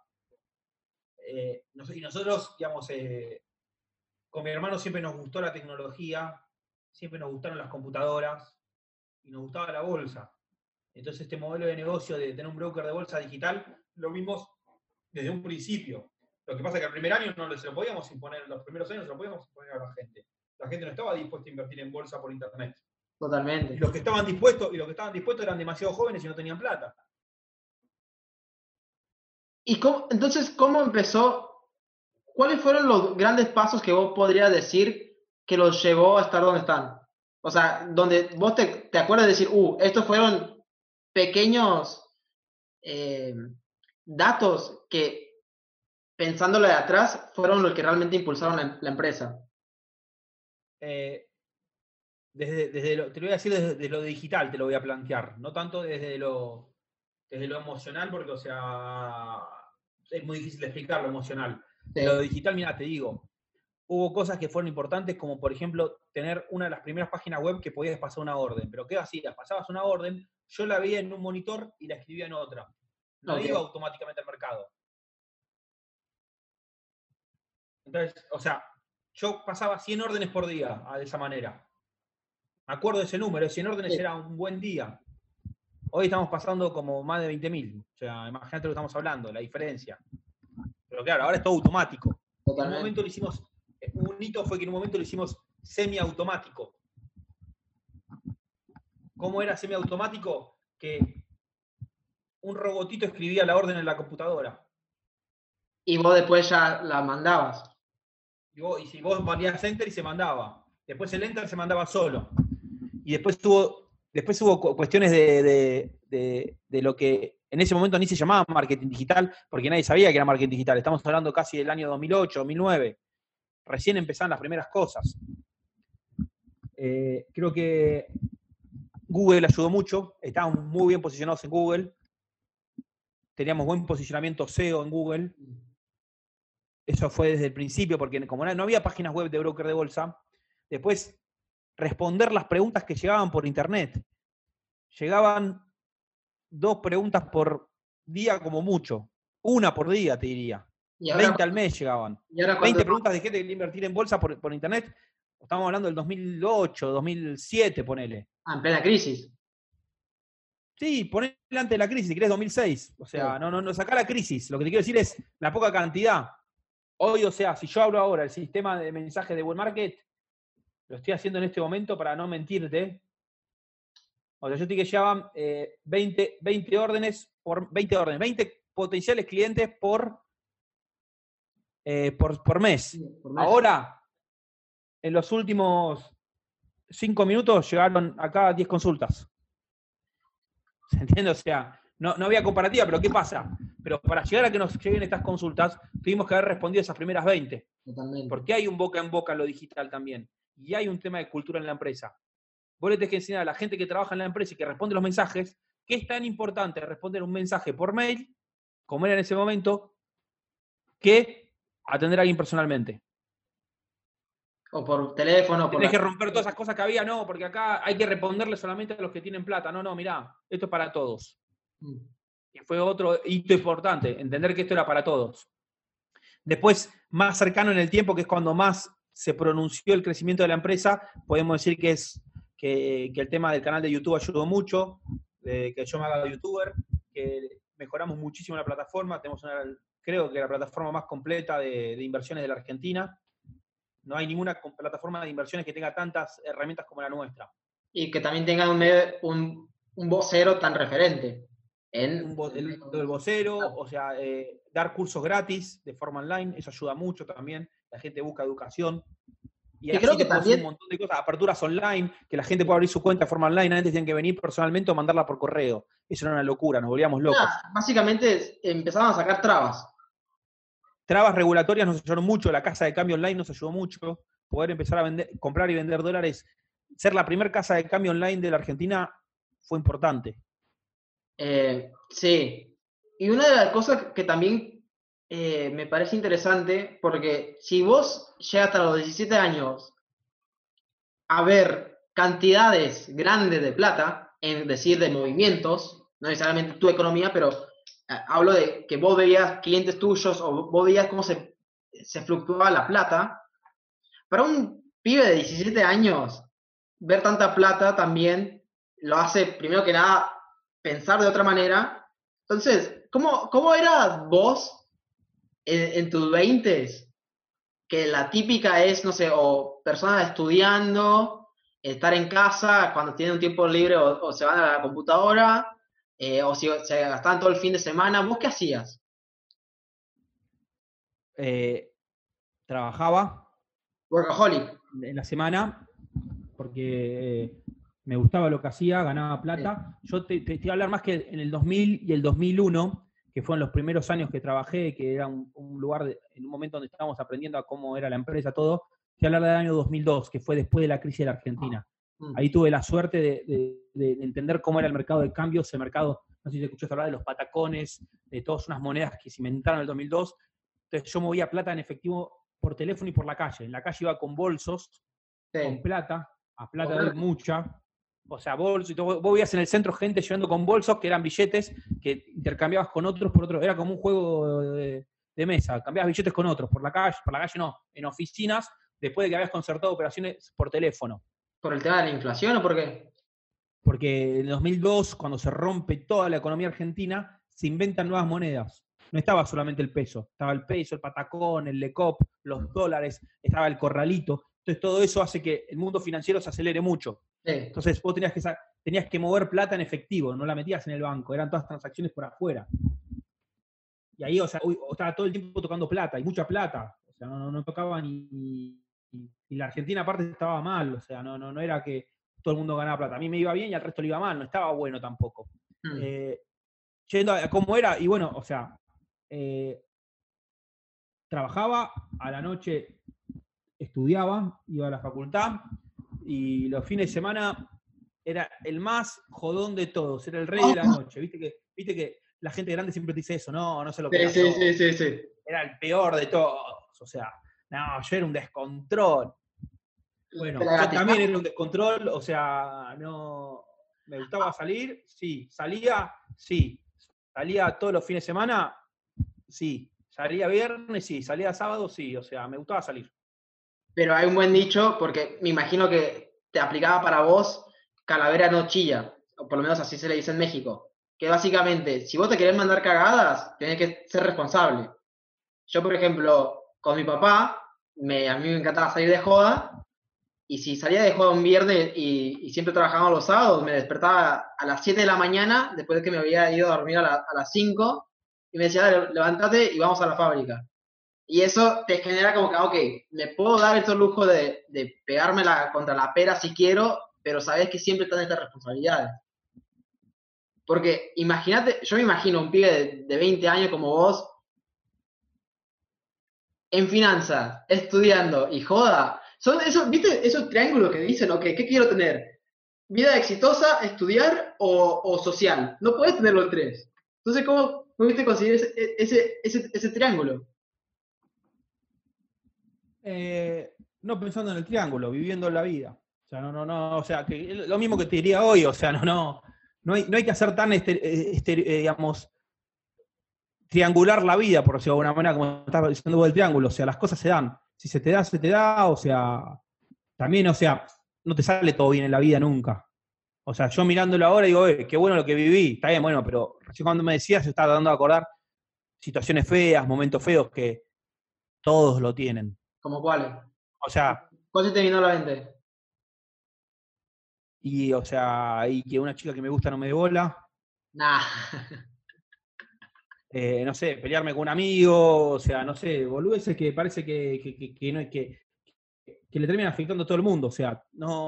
Y nosotros, digamos, con mi hermano siempre nos gustó la tecnología, siempre nos gustaron las computadoras y nos gustaba la bolsa. Entonces este modelo de negocio de tener un broker de bolsa digital lo vimos desde un principio. Lo que pasa es que el primer año no se lo podíamos imponer, los primeros años se lo podíamos imponer a la gente. La gente no estaba dispuesta a invertir en bolsa por internet. Y Totalmente. los que estaban dispuestos, eran demasiado jóvenes y no tenían plata. ¿Y entonces, cómo empezó? ¿Cuáles fueron los grandes pasos que vos podrías decir que los llevó a estar donde están? O sea, donde vos te acuerdas de decir, estos fueron pequeños eh, datos que, pensándolo de atrás, fueron los que realmente impulsaron la empresa. Eh, te lo voy a decir desde lo digital, te lo voy a plantear, no tanto desde lo desde lo emocional, porque, o sea, es muy difícil de explicar lo emocional. Sí. De lo digital, mira, te digo, hubo cosas que fueron importantes, como por ejemplo, tener una de las primeras páginas web que podías pasar una orden. Pero ¿qué hacías? Pasabas una orden, yo la veía en un monitor y la escribía en otra. No Ok. iba automáticamente al mercado. Entonces, o sea, yo pasaba 100 órdenes por día de esa manera. Me acuerdo de ese número, 100 órdenes Sí, era un buen día. Hoy estamos pasando como más de 20.000. O sea, imagínate lo que estamos hablando, la diferencia. Pero claro, ahora es todo automático. En un momento totalmente. lo hicimos, un hito fue que en un momento lo hicimos semiautomático. ¿Cómo era semiautomático? Que un robotito escribía la orden en la computadora. Y vos después ya la mandabas. Y si vos valías enter y se mandaba. Después el enter se mandaba solo. Y después hubo cuestiones de lo que en ese momento ni se llamaba marketing digital, porque nadie sabía que era marketing digital. Estamos hablando casi del año 2008, 2009. Recién empezaban las primeras cosas. Creo que Google ayudó mucho. Estábamos muy bien posicionados en Google. Teníamos buen posicionamiento SEO en Google. Eso fue desde el principio, porque como no había páginas web de broker de bolsa, después responder las preguntas que llegaban por internet. Llegaban 2 preguntas por día como mucho. 1 por día, te diría. Y ahora, 20 al mes llegaban. y ahora 20 preguntas de gente que quería invertir en bolsa por internet. Estamos hablando del 2008, 2007, ponele. en plena crisis. Sí, ponele antes de la crisis, si querés 2006. O sea, no sacar la crisis. Lo que te quiero decir es la poca cantidad. Hoy, o sea, si yo abro ahora el sistema de mensajes de Web Market, lo estoy haciendo en este momento para no mentirte. O sea, yo te que llevaban 20 órdenes por 20 órdenes, 20 potenciales clientes por mes. Por mes. Ahora, en los últimos 5 minutos llegaron acá 10 consultas. ¿Se entiende? O sea, no había comparativa, pero ¿qué pasa? Pero para llegar a que nos lleguen estas consultas, tuvimos que haber respondido esas primeras 20. Totalmente. Porque hay un boca en boca en lo digital también. Y hay un tema de cultura en la empresa. Vos le tenés que enseñar a la gente que trabaja en la empresa y que responde los mensajes, que es tan importante responder un mensaje por mail, como era en ese momento, que atender a alguien personalmente. O por teléfono. Tenés que romper todas esas cosas que había, no, porque acá hay que responderle solamente a los que tienen plata. No, mirá, esto es para todos. Y fue otro hito importante, entender que esto era para todos. Después, más cercano en el tiempo, que es cuando más se pronunció el crecimiento de la empresa, podemos decir que el tema del canal de YouTube ayudó mucho, que yo me haga youtuber, que mejoramos muchísimo la plataforma, tenemos creo que la plataforma más completa de inversiones de la Argentina. No hay ninguna plataforma de inversiones que tenga tantas herramientas como la nuestra. Y que también tengan un vocero tan referente. El vocero, o sea, dar cursos gratis de forma online, eso ayuda mucho también. La gente busca educación. Y así creo que te puedo decir también, un montón de cosas, aperturas online, que la gente pueda abrir su cuenta de forma online, antes tenían que venir personalmente o mandarla por correo. Eso era una locura, nos volvíamos locos. básicamente empezaban a sacar trabas. Trabas regulatorias nos ayudaron mucho, la casa de cambio online nos ayudó mucho, poder empezar a comprar y vender dólares. Ser la primera casa de cambio online de la Argentina fue importante. Sí. Y una de las cosas que también me parece interesante, porque si vos llegas hasta los 17 años a ver cantidades grandes de plata, es decir, de movimientos, no necesariamente tu economía, pero hablo de que vos veías clientes tuyos o vos veías cómo se fluctuaba la plata, para un pibe de 17 años, ver tanta plata también lo hace, primero que nada, pensar de otra manera. Entonces, ¿cómo eras vos en tus 20s? Que la típica es, no sé, o personas estudiando, estar en casa cuando tienen un tiempo libre o se van a la computadora, o si se gastaban todo el fin de semana. ¿Vos qué hacías? Trabajaba Workaholic. en la semana porque me gustaba lo que hacía, ganaba plata. Yo te voy a hablar más que en el 2000 y el 2001, que fueron los primeros años que trabajé, que era un lugar, en un momento donde estábamos aprendiendo a cómo era la empresa, todo. Te voy a hablar del año 2002, que fue después de la crisis de la Argentina. Ahí tuve la suerte de entender cómo era el mercado de cambios, el mercado no sé si te escuchaste hablar de los patacones, de todas unas monedas que se inventaron en el 2002. Entonces yo movía plata en efectivo por teléfono y por la calle. En la calle iba con bolsos, con Sí. plata, a plata de mucha. O sea, bolsos y todo. Vos veías en el centro gente llevando con bolsos que eran billetes que intercambiabas con otros por otros. Era como un juego de mesa. Cambiabas billetes con otros. Por la calle no. En oficinas, después de que habías concertado operaciones por teléfono. ¿Por el tema de la inflación o por qué? Porque en 2002, cuando se rompe toda la economía argentina, se inventan nuevas monedas. No estaba solamente el peso, estaba el peso, el patacón, el lecop, los dólares, estaba el corralito. Entonces todo eso hace que el mundo financiero se acelere mucho. Sí. Entonces vos tenías que mover plata en efectivo, no la metías en el banco, eran todas transacciones por afuera. Y ahí, o sea, estaba todo el tiempo tocando plata, y mucha plata. O sea, no tocaba ni la Argentina aparte estaba mal, o sea, no era que todo el mundo ganaba plata. A mí me iba bien y al resto le iba mal, no estaba bueno tampoco. Yendo a cómo era, y bueno, o sea, trabajaba, a la noche estudiaba, iba a la facultad, y los fines de semana era el más jodón de todos, era el rey de la noche. Viste que la gente grande siempre te dice eso, no sé lo que era yo. Sí. Era el peor de todos, o sea, no, yo era un descontrol. Bueno, yo también era un descontrol, o sea, no. ¿Me gustaba salir? Sí. ¿Salía? Sí. ¿Salía todos los fines de semana? Sí. ¿Salía viernes? Sí. ¿Salía sábado? Sí. O sea, me gustaba salir. Pero hay un buen dicho, porque me imagino que te aplicaba para vos, calavera no chilla, o por lo menos así se le dice en México. Que básicamente, si vos te querés mandar cagadas, tenés que ser responsable. Yo, por ejemplo, con mi papá, a mí me encantaba salir de joda, y si salía de joda un viernes y siempre trabajaba los sábados, me despertaba a las 7 de la mañana, después de que me había ido a dormir a las 5, y me decía, dale, levántate y vamos a la fábrica. Y eso te genera como que, ok, me puedo dar estos lujos de pegarme contra la pera si quiero, pero sabes que siempre están estas responsabilidades. Porque imagínate, yo me imagino un pibe de 20 años como vos, en finanzas, estudiando y joda. Son esos, ¿viste esos triángulos que dicen, ok, ¿qué quiero tener? ¿Vida exitosa, estudiar o social? No puedes tener los tres. Entonces, ¿cómo pudiste conseguir ese triángulo? No pensando en el triángulo, viviendo la vida. O sea, o sea, que lo mismo que te diría hoy, o sea, no hay que hacer tan, digamos, triangular la vida, por decirlo de alguna manera, como estás diciendo vos del triángulo. O sea, las cosas se dan. Si se te da, se te da, o sea, también, o sea, no te sale todo bien en la vida nunca. O sea, yo mirándolo ahora digo, qué bueno lo que viví, está bien, bueno, pero recién cuando me decías, yo estaba tratando de acordar situaciones feas, momentos feos que todos lo tienen. ¿Cómo cuáles? O sea, ¿Cuál se te vino a la mente? y o sea, y que una chica que me gusta no me dé bola. Nah. No sé, pelearme con un amigo, o sea, no sé, boludeces que parece que no que le terminan afectando a todo el mundo. O sea,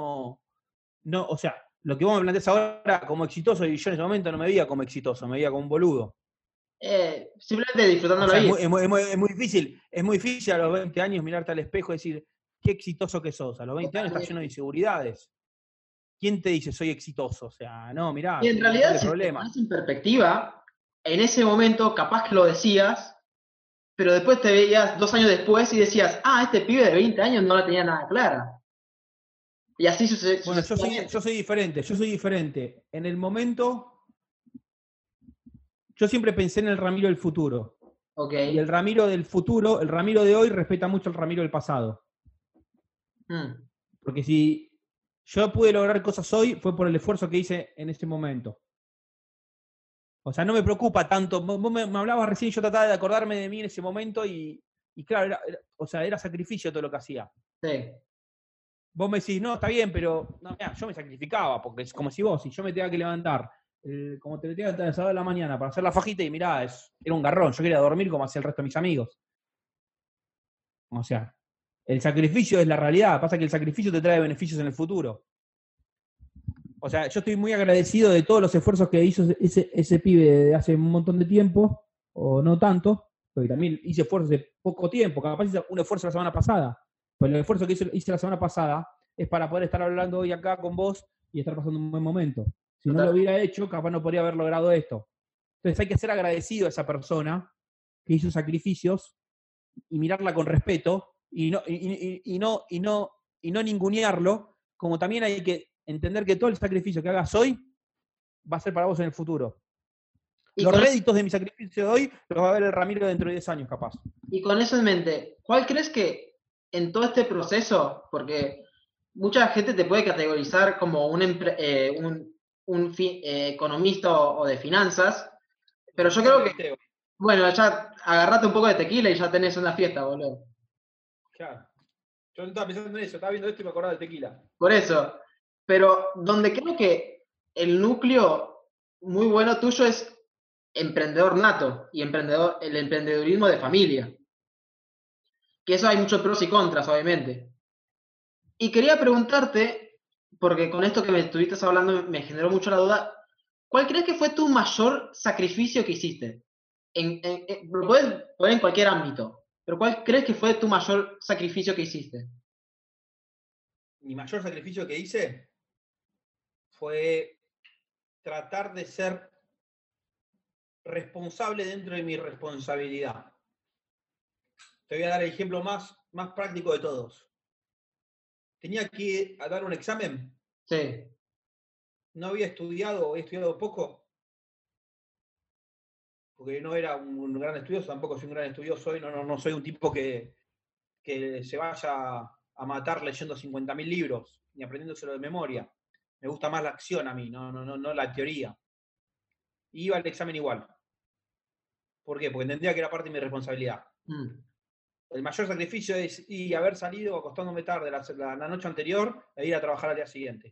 o sea, lo que vos me planteás ahora como exitoso, y yo en ese momento no me veía como exitoso, me veía como un boludo. Simplemente disfrutando O sea, la vida. es muy difícil a los 20 años mirarte al espejo y decir, qué exitoso que sos. A los 20 años estás lleno de inseguridades. ¿Quién te dice soy exitoso? O sea, no, mirá, Y en tengo un montón realidad, de si te problemas. pones en perspectiva, en ese momento capaz que lo decías, pero después te veías 2 años después y decías, este pibe de 20 años no la tenía nada clara. Y así Bueno, sucesivamente. yo soy diferente. En el momento, yo siempre pensé en el Ramiro del futuro. Ok. Y el Ramiro del futuro, el Ramiro de hoy respeta mucho al Ramiro del pasado. Porque si yo pude lograr cosas hoy, fue por el esfuerzo que hice en ese momento. O sea, no me preocupa tanto. Vos me hablabas recién, yo trataba de acordarme de mí en ese momento y claro, era sacrificio todo lo que hacía. Sí. Vos me decís, no, está bien, pero no, mirá, yo me sacrificaba, porque es como si yo me tenía que levantar, como te tenía que levantar a las 2 de la mañana para hacer la fajita y mirá, era un garrón, yo quería dormir como hacía el resto de mis amigos. O sea, el sacrificio es la realidad, pasa que el sacrificio te trae beneficios en el futuro. O sea, yo estoy muy agradecido de todos los esfuerzos que hizo ese pibe de hace un montón de tiempo, o no tanto, porque también hice esfuerzos de poco tiempo, capaz hice un esfuerzo la semana pasada, pero el esfuerzo que hice la semana pasada es para poder estar hablando hoy acá con vos y estar pasando un buen momento. Si no lo hubiera hecho, capaz no podría haber logrado esto. Entonces hay que ser agradecido a esa persona que hizo sacrificios y mirarla con respeto y no ningunearlo, como también hay que entender que todo el sacrificio que hagas hoy va a ser para vos en el futuro. Los réditos de mi sacrificio de hoy los va a ver el Ramiro dentro de 10 años, capaz. Y con eso en mente, ¿cuál crees que en todo este proceso, porque mucha gente te puede categorizar como un economista o de finanzas, pero yo creo que, bueno, ya agarrate un poco de tequila y ya tenés una fiesta, boludo. Claro. Yo no estaba pensando en eso, estaba viendo esto y me acordaba del tequila. Por eso. Pero donde creo que el núcleo muy bueno tuyo es emprendedor nato y el emprendedurismo de familia. Que eso hay muchos pros y contras, obviamente. Y quería preguntarte, porque con esto que me estuviste hablando me generó mucho la duda, ¿cuál crees que fue tu mayor sacrificio que hiciste? Lo puedes poner en cualquier ámbito, pero ¿cuál crees que fue tu mayor sacrificio que hiciste? Mi mayor sacrificio que hice fue tratar de ser responsable dentro de mi responsabilidad. Te voy a dar el ejemplo más práctico de todos. Tenía que ir a dar un examen. Sí. No había estudiado, he estudiado poco, porque no era un gran estudioso, tampoco soy un gran estudioso hoy, no soy un tipo que se vaya a matar leyendo 50.000 libros, ni aprendiéndoselo de memoria. Me gusta más la acción a mí, no la teoría. Y iba al examen igual. ¿Por qué? Porque entendía que era parte de mi responsabilidad. El mayor sacrificio es haber salido acostándome tarde la noche anterior e ir a trabajar al día siguiente.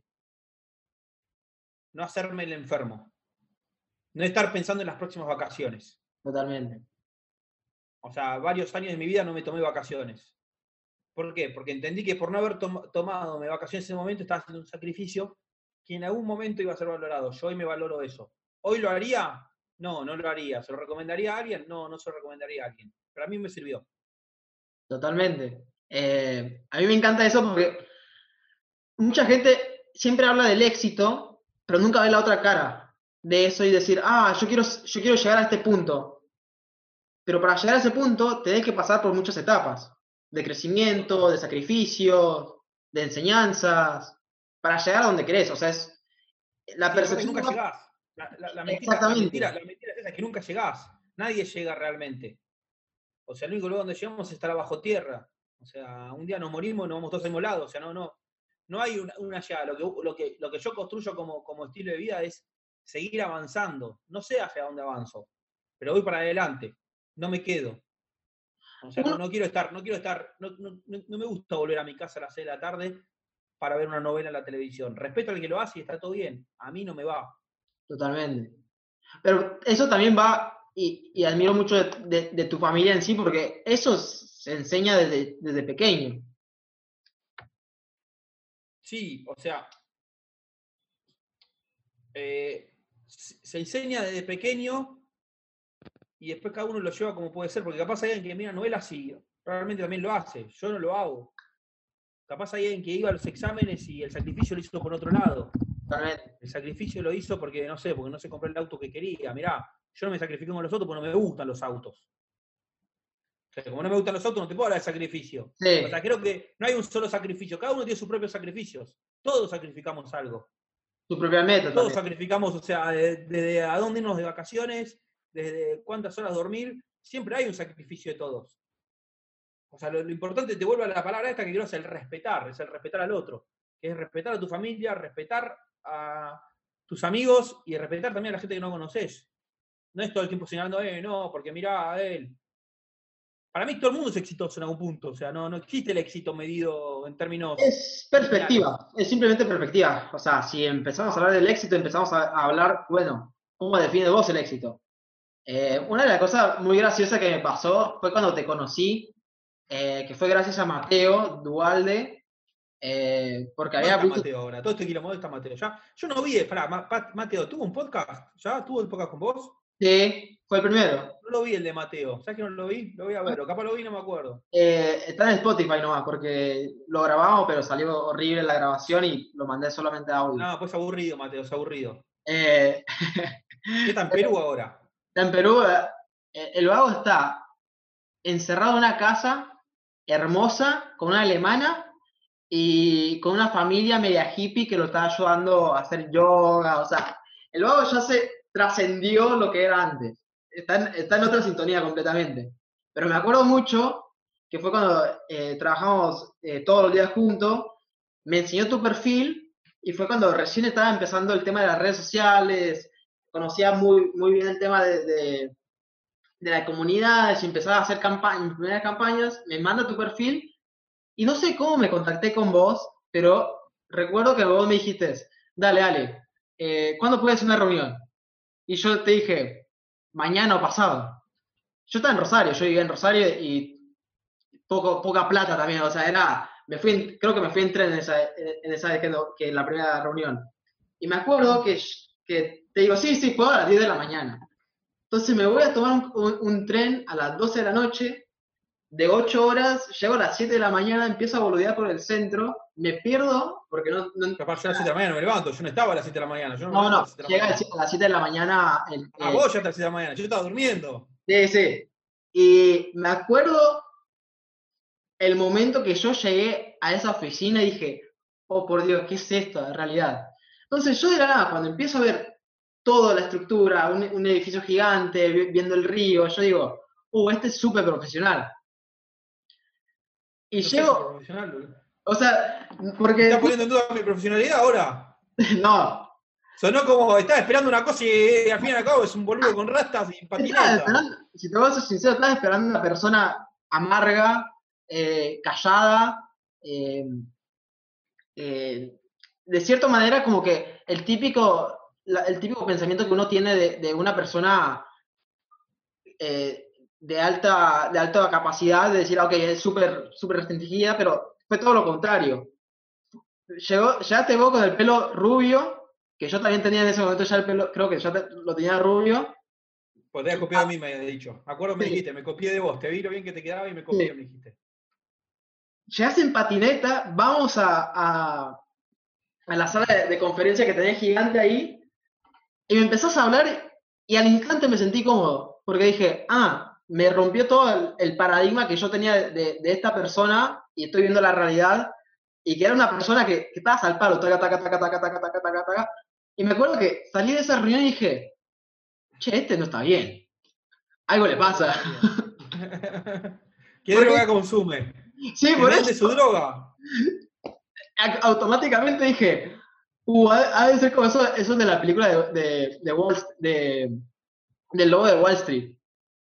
No hacerme el enfermo. No estar pensando en las próximas vacaciones. Totalmente. O sea, varios años de mi vida no me tomé vacaciones. ¿Por qué? Porque entendí que por no haber tomado vacaciones en ese momento estaba haciendo un sacrificio que en algún momento iba a ser valorado. Yo hoy me valoro eso. ¿Hoy lo haría? No lo haría. ¿Se lo recomendaría a alguien? No se lo recomendaría a alguien. Pero a mí me sirvió. Totalmente. A mí me encanta eso porque mucha gente siempre habla del éxito, pero nunca ve la otra cara de eso y decir, yo quiero llegar a este punto. Pero para llegar a ese punto tenés que pasar por muchas etapas de crecimiento, de sacrificio, de enseñanzas, para llegar a donde querés. O sea, es la percepción. Nunca llegás. La mentira es esa, que nunca llegás. Nadie llega realmente. O sea, el único lugar donde llegamos es estar bajo tierra. O sea, un día nos morimos y nos vamos todos emolados. O sea, no hay una llegada. Lo que yo construyo como estilo de vida es seguir avanzando. No sé hacia dónde avanzo, pero voy para adelante. No me quedo. O sea, no me gusta volver a mi casa a las 6 de la tarde para ver una novela en la televisión. Respeto al que lo hace y está todo bien. A mí no me va. Totalmente. Pero eso también va, y admiro mucho de tu familia en sí, porque eso se enseña desde pequeño. Sí, o sea, se enseña desde pequeño y después cada uno lo lleva como puede ser, porque capaz hay alguien que mira novelas y realmente también lo hace. Yo no lo hago. Capaz hay alguien que iba a los exámenes y el sacrificio lo hizo por otro lado. Totalmente. El sacrificio lo hizo porque no se compró el auto que quería. Mirá, yo no me sacrifico con los autos porque no me gustan los autos. O sea, como no me gustan los autos, no te puedo hablar de sacrificio. Sí. O sea, creo que no hay un solo sacrificio. Cada uno tiene sus propios sacrificios. Todos sacrificamos algo. Tu propia meta. Todos también. sacrificamos, o sea, desde a dónde irnos de vacaciones, desde cuántas horas dormir. Siempre hay un sacrificio de todos. O sea, lo importante, te vuelvo a la palabra esta que quiero, es el respetar al otro. Que es respetar a tu familia, respetar a tus amigos y respetar también a la gente que no conoces. No es todo el tiempo señalando, no, porque mirá a él. Para mí todo el mundo es exitoso en algún punto. O sea, no existe el éxito medido en términos. Es perspectiva, es simplemente perspectiva. O sea, si empezamos a hablar del éxito, empezamos a hablar, bueno, ¿cómo defines vos el éxito? Una de las cosas muy graciosas que me pasó fue cuando te conocí, que fue gracias a Mateo Dualde, porque había visto... Mateo ahora, todo este quilombo está Mateo. Ya, yo no vi, Mateo, ¿tuvo un podcast? ¿Ya tuvo el podcast con vos? Sí, fue el primero. No lo vi el de Mateo. ¿Sabes que no lo vi? Lo voy a ver, o capaz lo vi, no me acuerdo. Está en Spotify nomás, porque lo grabamos, pero salió horrible la grabación y lo mandé solamente a audio. No, pues aburrido, Mateo, es aburrido. Eh, ¿Qué está en Perú ahora? en Perú, el vago está encerrado en una casa hermosa, con una alemana y con una familia media hippie que lo está ayudando a hacer yoga. O sea, el vago ya se trascendió lo que era antes. Está en otra sintonía completamente. Pero me acuerdo mucho que fue cuando trabajamos todos los días juntos, me enseñó tu perfil y fue cuando recién estaba empezando el tema de las redes sociales, conocía muy, muy bien el tema de la comunidad, y empezaba a hacer mis primeras campañas, me manda tu perfil y no sé cómo me contacté con vos, pero recuerdo que vos me dijiste, dale, dale, ¿cuándo puedes hacer una reunión? Y yo te dije, mañana o pasado. Yo estaba en Rosario, yo vivía en Rosario y poca plata también, o sea, creo que me fui en tren en esa vez que en la primera reunión. Y me acuerdo que te digo, sí, sí, puedo a las 10 de la mañana. Entonces me voy a tomar un tren a las 12 de la noche, de 8 horas, llego a las 7 de la mañana, empiezo a boludear por el centro, me pierdo, porque Capaz yo a las 7 de la mañana no me levanto, yo no estaba a las 7 de la mañana, yo no me no, levanto a no, las 7 de la llega mañana. a las 7 de la mañana. Ah, vos ya estás a las 7 de la mañana, yo estaba durmiendo. Sí, sí. Y me acuerdo el momento que yo llegué a esa oficina y dije, oh por Dios, ¿qué es esto en realidad? Entonces yo de la nada, cuando empiezo a ver toda la estructura, un edificio gigante, viendo el río, yo digo, este es súper profesional. Y No sé, súper llego, profesional, boludo. o sea, ¿Me porque estás poniendo en duda mi profesionalidad ahora? no, Sonó como estaba esperando una cosa y al fin y al cabo es un boludo con rastas y estaba patineta. esperando, si te voy a ser sincero, estaba esperando una persona amarga, callada, eh, de cierta manera como que el típico pensamiento que uno tiene de una persona eh, de alta capacidad, de decir, ok, es súper súper restringida, pero fue todo lo contrario. Ya te veo con el pelo rubio, que yo también tenía en ese momento ya el pelo, creo que ya lo tenía rubio. Pues te habías copiado de mí, me habías dicho. Me acuerdo, me Sí, dijiste, me copié de vos, te vi lo bien que te quedaba y me copié, sí. me dijiste. Llegas en patineta, vamos a la sala de conferencia que tenés gigante ahí, y me empezás a hablar y al instante me sentí cómodo, porque dije, me rompió todo el paradigma que yo tenía de esta persona y estoy viendo la realidad, y que era una persona que estabas al palo, taca, taca, taca, taca, taca, taca, taca, taca. Y me acuerdo que salí de esa reunión y dije, che, este no está bien, algo le Este no pasa. está bien. ¿Qué Porque, droga consume? sí, Que por mande eso su droga. automáticamente dije, ha de ser como eso de la película del lobo de Wall Street.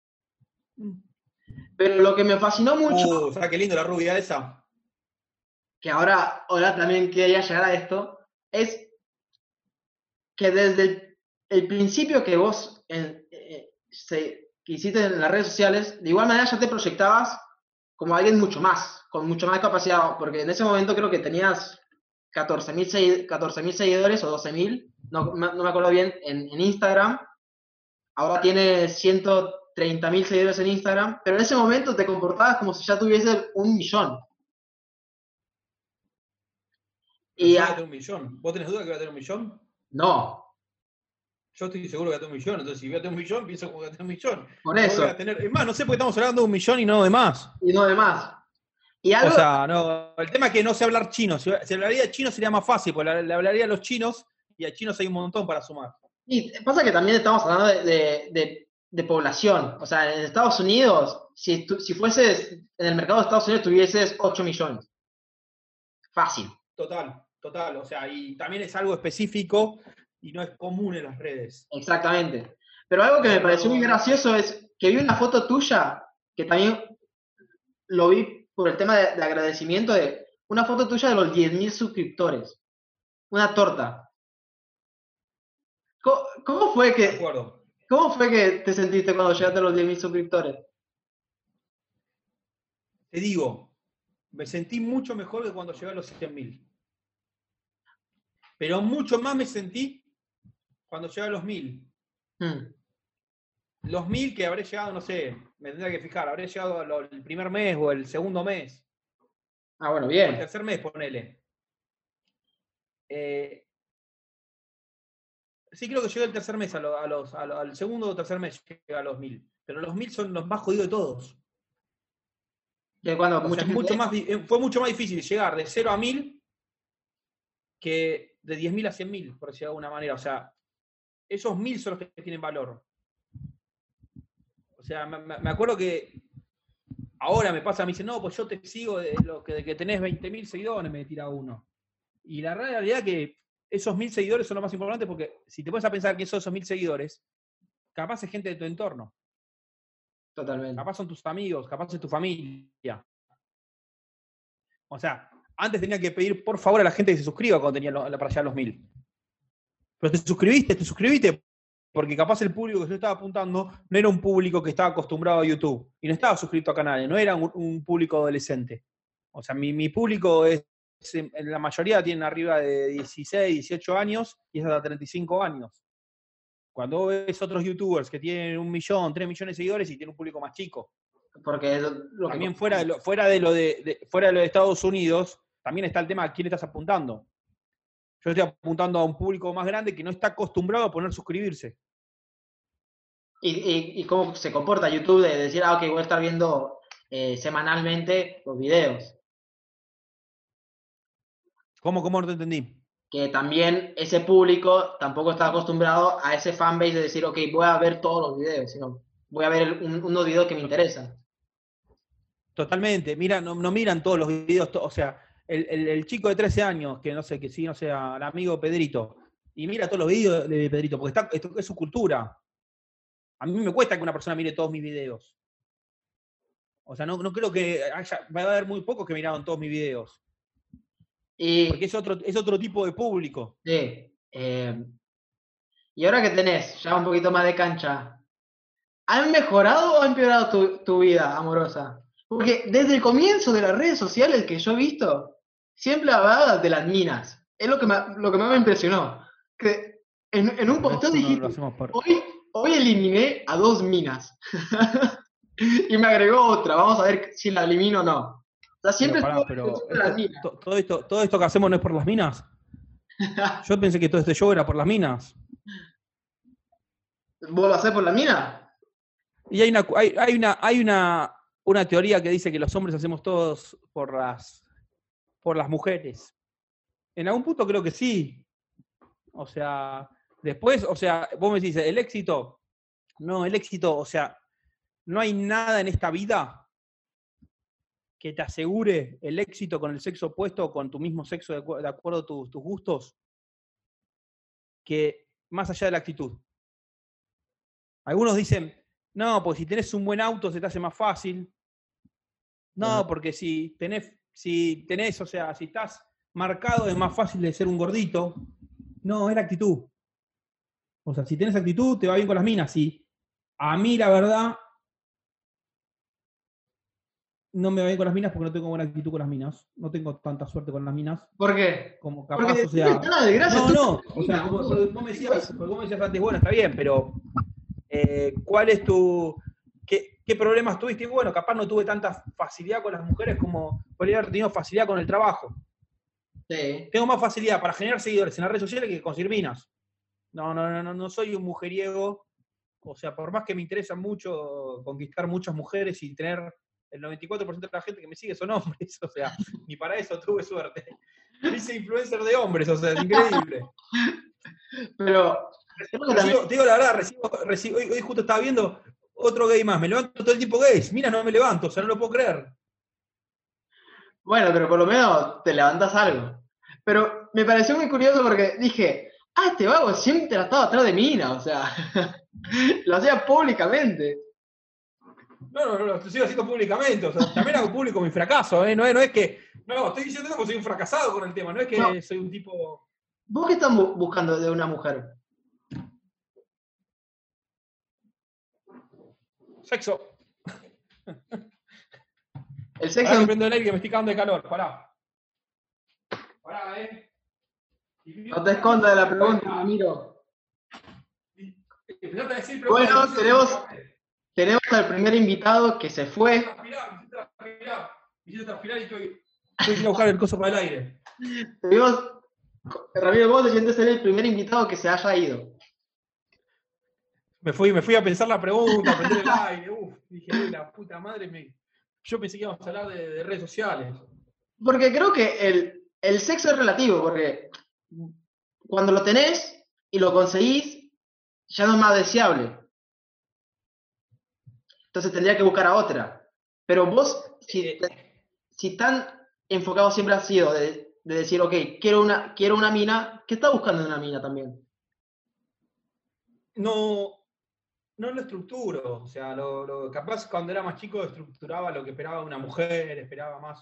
Pero lo que me fascinó mucho, ¿Sabes qué lindo la rubia esa? que ahora también quería llegar a esto, es que desde el principio que vos que hiciste en las redes sociales, de igual manera ya te proyectabas como alguien con mucho más capacidad, porque en ese momento creo que tenías 14.000 seguidores o 12.000, no me acuerdo bien, en Instagram. Ahora tienes 130.000 seguidores en Instagram, pero en ese momento te comportabas como si ya tuvieses 1 millón. Pero Y yo voy a tener 1 millón. ¿Vos tenés duda que voy a tener 1 millón? no, Yo estoy seguro que voy a tener 1 millón. Entonces, si voy a tener 1 millón, pienso que voy a tener 1 millón. por No voy eso, a tener. Es más, no sé por qué estamos hablando de 1 millón y no de más. y no demás. Y O algo, sea, no. El tema es que no sé hablar chino. Si hablaría chino sería más fácil, porque le hablaría a los chinos y a chinos hay un montón para sumar. y pasa que también estamos hablando de población. O sea, en Estados Unidos, si fueses en el mercado de Estados Unidos, tuvieses 8 millones. Fácil, Total, total. O sea, y también es algo específico y no es común en las redes. exactamente. Pero algo que me pareció muy No, no. gracioso es que vi una foto tuya, que también lo vi por el tema de agradecimiento, de una foto tuya de los 10.000 suscriptores. Una torta. ¿Cómo, cómo fue Me que, acuerdo. ¿Cómo fue que te sentiste cuando llegaste a los 10.000 suscriptores? Te digo, me sentí mucho mejor que cuando llegué a los 100.000. Pero mucho más me sentí cuando llegué a los 1.000. Hmm. Los 1.000 que habré llegado, no sé, me tendría que fijar, habré llegado el primer mes o el segundo mes, Bueno, o el bien. tercer mes, ponele. Eh, Sí, creo que llegué al tercer mes, al segundo o tercer mes llegué a los 1000. Pero los 1000 son los más jodidos de todos. Que cuando O sea, fue mucho más difícil llegar de 0 a 1000 que de 10.000 a 100.000, por decirlo de alguna manera. O sea, esos 1000 son los que tienen valor. O sea, me acuerdo que ahora me pasa, me dicen, no, pues yo te sigo de que tenés 20.000 seguidores, me tira uno. Y la realidad es que esos 1000 seguidores son lo más importante porque si te pones a pensar que esos 1000 seguidores, capaz es gente de tu entorno. Totalmente. Capaz son tus amigos, capaz es tu familia. O sea, antes tenía que pedir por favor a la gente que se suscriba cuando tenía para allá los 1000. Pero te suscribiste, porque capaz el público que yo estaba apuntando no era un público que estaba acostumbrado a YouTube y no estaba suscrito a canales, no era un público adolescente. O sea, mi público la mayoría tienen arriba de 16, 18 años y es hasta 35 años. Cuando ves otros youtubers que tienen 1 millón, 3 millones de seguidores y tienen un público más chico. Porque es lo también que... fuera de lo de Estados Unidos, también está el tema a quién estás apuntando. Yo estoy apuntando a un público más grande que no está acostumbrado a poner suscribirse. ¿Y cómo se comporta YouTube de decir, ok, voy a estar viendo semanalmente los videos? ¿Cómo no te entendí? Que también ese público tampoco está acostumbrado a ese fanbase de decir, ok, voy a ver todos los videos, sino voy a ver unos videos que me interesan. Totalmente. Mira, no miran todos los videos, o sea, el chico de 13 años, que no sé, que sí, no sea, el amigo Pedrito, y mira todos los videos de Pedrito, porque esto es su cultura. A mí me cuesta que una persona mire todos mis videos. O sea, no creo que va a haber muy pocos que miraron todos mis videos. Porque es otro tipo de público. Sí. Y ahora que tenés ya un poquito más de cancha, ¿han mejorado o ha empeorado tu vida amorosa? Porque desde el comienzo de las redes sociales que yo he visto, siempre hablabas de las minas. Es lo que más me impresionó. Que en un posteo dijiste, hoy eliminé a 2 minas. Y me agregó otra, vamos a ver si la elimino o no. O sea, siempre todo esto que hacemos no es por las minas. Yo pensé que todo este show era por las minas. ¿Vos lo hacés por la mina? Y hay una teoría que dice que los hombres hacemos todos por las mujeres. En algún punto creo que sí. O sea, después, o sea, vos me decís, el éxito, o sea, no hay nada en esta vida que te asegure el éxito con el sexo opuesto o con tu mismo sexo de acuerdo a tus gustos, que más allá de la actitud. Algunos dicen, no, pues si tenés un buen auto se te hace más fácil. No, porque si tenés, o sea, si estás marcado es más fácil de ser un gordito. No, es la actitud. O sea, si tenés actitud, te va bien con las minas. Sí. A mí, la verdad, no me va bien con las minas porque no tengo buena actitud con las minas. No tengo tanta suerte con las minas. ¿Por qué? Como capaz, porque o sea. No. O sea, como vos me decías antes, bueno, está bien, pero ¿cuál es qué problemas tuviste? Y bueno, capaz no tuve tanta facilidad con las mujeres como podría haber tenido facilidad con el trabajo. Sí. Tengo más facilidad para generar seguidores en las redes sociales que conseguir minas. No soy un mujeriego. O sea, por más que me interesa mucho conquistar muchas mujeres y tener el 94% de la gente que me sigue son hombres, o sea, ni para eso tuve suerte. Me hice influencer de hombres, o sea, es increíble. Pero te digo la verdad, hoy justo estaba viendo otro gay más, me levanto todo el tiempo gays, mira, no me levanto, o sea, no lo puedo creer. Bueno, pero por lo menos te levantas algo. Pero me pareció muy curioso porque dije, este vago siempre ha estado atrás de mina, o sea, lo hacía públicamente. No, lo sigo haciendo públicamente, o sea, también hago público mi fracaso, ¿eh? No es que, estoy diciendo eso porque soy un fracasado con el tema, no es que soy un tipo... ¿Vos qué estás buscando de una mujer? Sexo. El sexo... Pará que prendo el aire que me estoy cagando de calor, pará, No te escondas de la pregunta, Ramiro. Bueno, tenemos al primer invitado que se fue. Me hiciste transpirar y estoy a buscar el coso para el aire. Ramiro, vos te sientes ser el primer invitado que se haya ido. Me fui a pensar la pregunta, a prender el aire. Dije, uy, la puta madre. Yo pensé que íbamos a hablar de redes sociales. Porque creo que el sexo es relativo, porque cuando lo tenés y lo conseguís, ya no es más deseable. Entonces tendría que buscar a otra. Pero vos, si tan enfocado siempre has sido de decir, ok, quiero una mina, ¿qué estás buscando en una mina también? No lo estructuro. O sea, capaz cuando era más chico estructuraba lo que esperaba una mujer, esperaba más.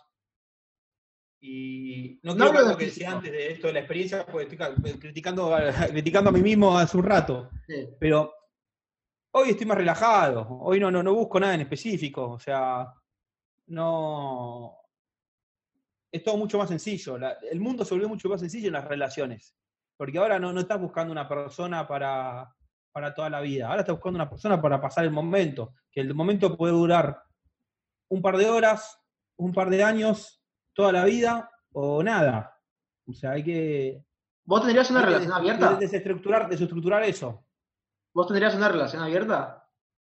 Y no quiero hablo caer de lo que decía físico. antes de esto de la experiencia, porque estoy criticando a mí mismo hace un rato. Sí. Pero hoy estoy más relajado. Hoy no busco nada en específico. O sea, no. Es todo mucho más sencillo. El mundo se volvió mucho más sencillo en las relaciones. Porque ahora no estás buscando una persona para toda la vida. Ahora estás buscando una persona para pasar el momento. Que el momento puede durar un par de horas, un par de años, toda la vida o nada. O sea, hay que ¿Vos tendrías una relación abierta? desestructurar eso. ¿Vos tendrías una relación abierta?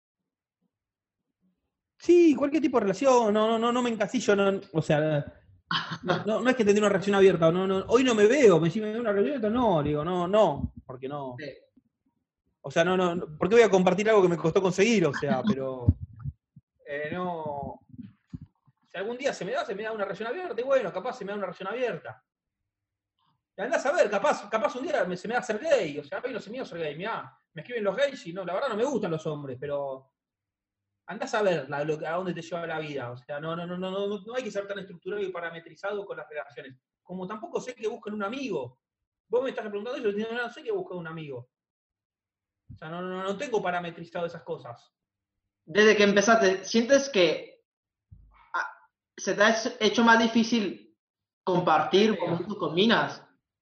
Sí, cualquier tipo de relación, no me encasillo, o sea, no es que tendría una relación abierta, hoy no me veo, me veo una relación abierta, no, digo, no, porque no. Sí. O sea, ¿por qué voy a compartir algo que me costó conseguir? O sea, pero no. Si algún día se me da una relación abierta, y bueno, capaz se me da una relación abierta. Y andás a ver, capaz un día se me da a ser gay, o sea, hoy no se me da a ser gay, mirá, me escriben los gays y no, la verdad no me gustan los hombres, pero andás a ver a dónde te lleva la vida. O sea, no hay que ser tan estructurado y parametrizado con las relaciones. Como tampoco sé que buscan un amigo. Vos me estás preguntando eso, y no sé que buscan un amigo. O sea, no tengo parametrizado esas cosas. Desde que empezaste, ¿sientes que se te ha hecho más difícil compartir momentos con minas?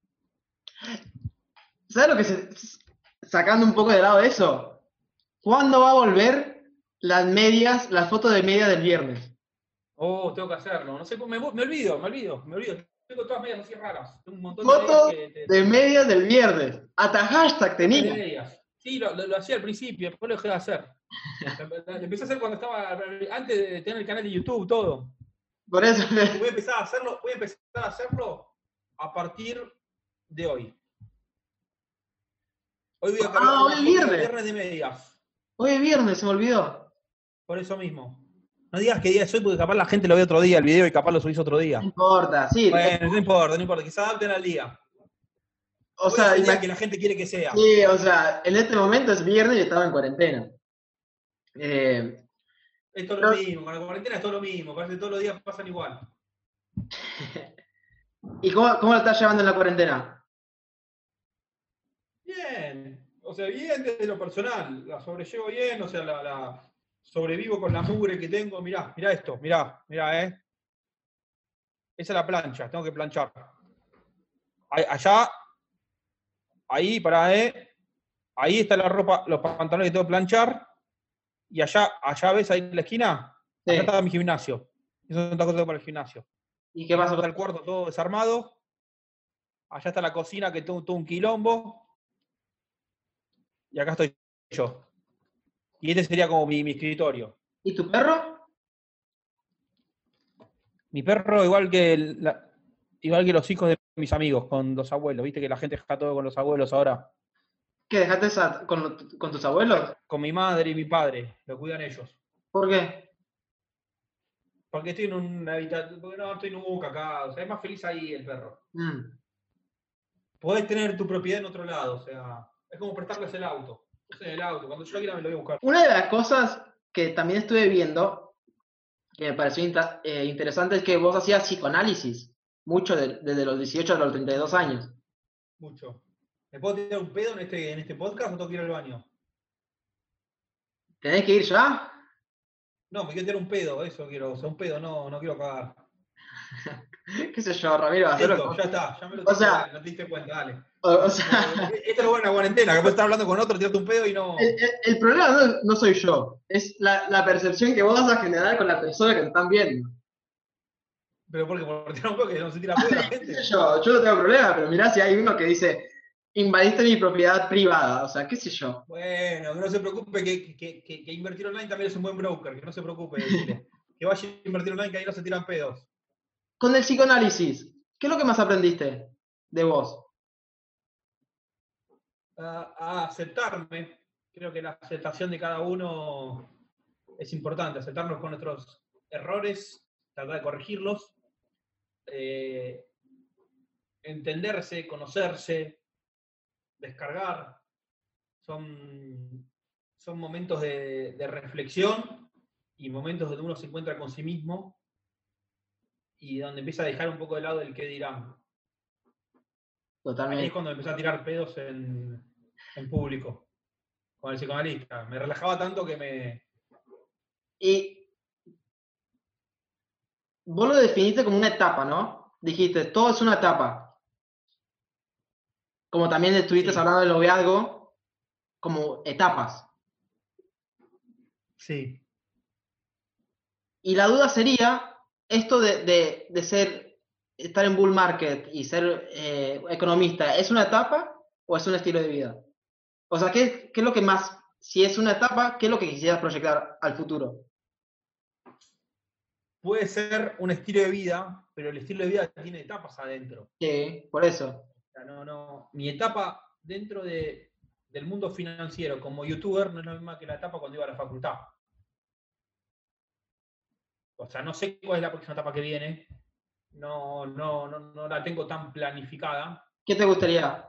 ¿Sabes lo que sacando un poco de lado eso? ¿Cuándo va a volver las fotos de media del viernes? Oh, tengo que hacerlo. No sé, me olvido. Tengo todas medias así raras. Tengo un montón de medias Fotos que de media del viernes. Hasta hashtag miles de tenía. medias. Sí, lo hacía al principio, después lo dejé de hacer. Lo empecé a hacer cuando estaba, antes de tener el canal de YouTube, todo. Por eso. Voy a empezar a hacerlo a partir de hoy. Hoy voy a cargar Hoy una es foto de viernes. viernes de medias. Hoy es viernes, se me olvidó. Por eso mismo. No digas qué día es hoy, porque capaz la gente lo ve otro día el video y capaz lo subís otro día. No importa, sí. Bueno, no importa, que se adapten al día. O Hoy sea, es el día que la gente quiere que sea. sí, o sea, en este momento es viernes y estaba en cuarentena. Es todo lo mismo, con la cuarentena es todo lo mismo, parece que todos los días pasan igual. ¿Y cómo lo estás llevando en la cuarentena? Bien, o sea, bien desde lo personal, la sobrellevo bien, o sea, la sobrevivo con la mugre que tengo. Mirá esto, mirá, Esa es la plancha, tengo que planchar. Allá, ahí, ahí está la ropa, los pantalones que tengo que planchar. Y allá ves ahí en la esquina, Sí. allá está mi gimnasio. Eso es otra cosa para el gimnasio. ¿Y qué pasa Está el cuarto todo desarmado. Allá está la cocina que tengo todo un quilombo. Y acá estoy yo. Y este sería como mi escritorio. ¿Y tu perro? Mi perro, igual que los hijos de mis amigos, con los abuelos. Viste que la gente está todo con los abuelos ahora. ¿Qué dejaste con tus abuelos? Con mi madre y mi padre. Lo cuidan ellos. ¿Por qué? Porque estoy en una habitación. Porque no, estoy nunca acá. O sea, es más feliz ahí el perro. Podés tener tu propiedad en otro lado. O sea, es como prestarles el auto. No sé, el auto. Cuando yo quiera me lo voy a buscar. Una de las cosas que también estuve viendo, que me pareció interesante, es que vos hacías psicoanálisis, mucho desde los 18 a los 32 años. Mucho. ¿Me puedo tirar un pedo en este podcast o tengo que ir al baño? ¿Tenés que ir ya? No, me quiero tirar un pedo, eso quiero. O sea, un pedo, no quiero cagar. ¿Qué sé yo, Ramiro? Listo, ya está, ya me lo tiré, dale, no te diste cuenta, dale. O sea, Esto es lo bueno en la cuarentena, que puedes estar hablando con otro, tirarte un pedo y no. El problema no soy yo, es la percepción que vos vas a generar con la persona que te están viendo. Pero porque por tirar un pedo que no se tira pedo la gente. Yo no tengo problema, pero mirá si hay uno que dice, invadiste mi propiedad privada, o sea, qué sé yo. Bueno, que no se preocupe, que Invertir Online también es un buen broker, que no se preocupe, decirle. Que vaya a Invertir Online, que ahí no se tiran pedos. Con el psicoanálisis, ¿qué es lo que más aprendiste de vos? A aceptarme. Creo que la aceptación de cada uno es importante, aceptarnos con nuestros errores, tratar de corregirlos, entenderse, conocerse, descargar. Son momentos de reflexión y momentos donde uno se encuentra con sí mismo y donde empieza a dejar un poco de lado el qué dirán. Ahí es Totalmente. cuando empecé a tirar pedos en público, con el psicoanalista. Me relajaba tanto que me... Y vos lo definiste como una etapa, ¿no? Dijiste, todo es una etapa. Como también estuviste Sí, hablando del noviazgo, como etapas. sí. Y la duda sería, esto de ser, estar en bull market y ser economista, ¿es una etapa o es un estilo de vida? O sea, ¿qué es lo que más, si es una etapa, qué es lo que quisieras proyectar al futuro? Puede ser un estilo de vida, pero el estilo de vida tiene etapas adentro. Sí, por eso. O sea, mi etapa dentro del mundo financiero como youtuber no es la misma que la etapa cuando iba a la facultad. O sea, no sé cuál es la próxima etapa que viene. No la tengo tan planificada. ¿Qué te gustaría?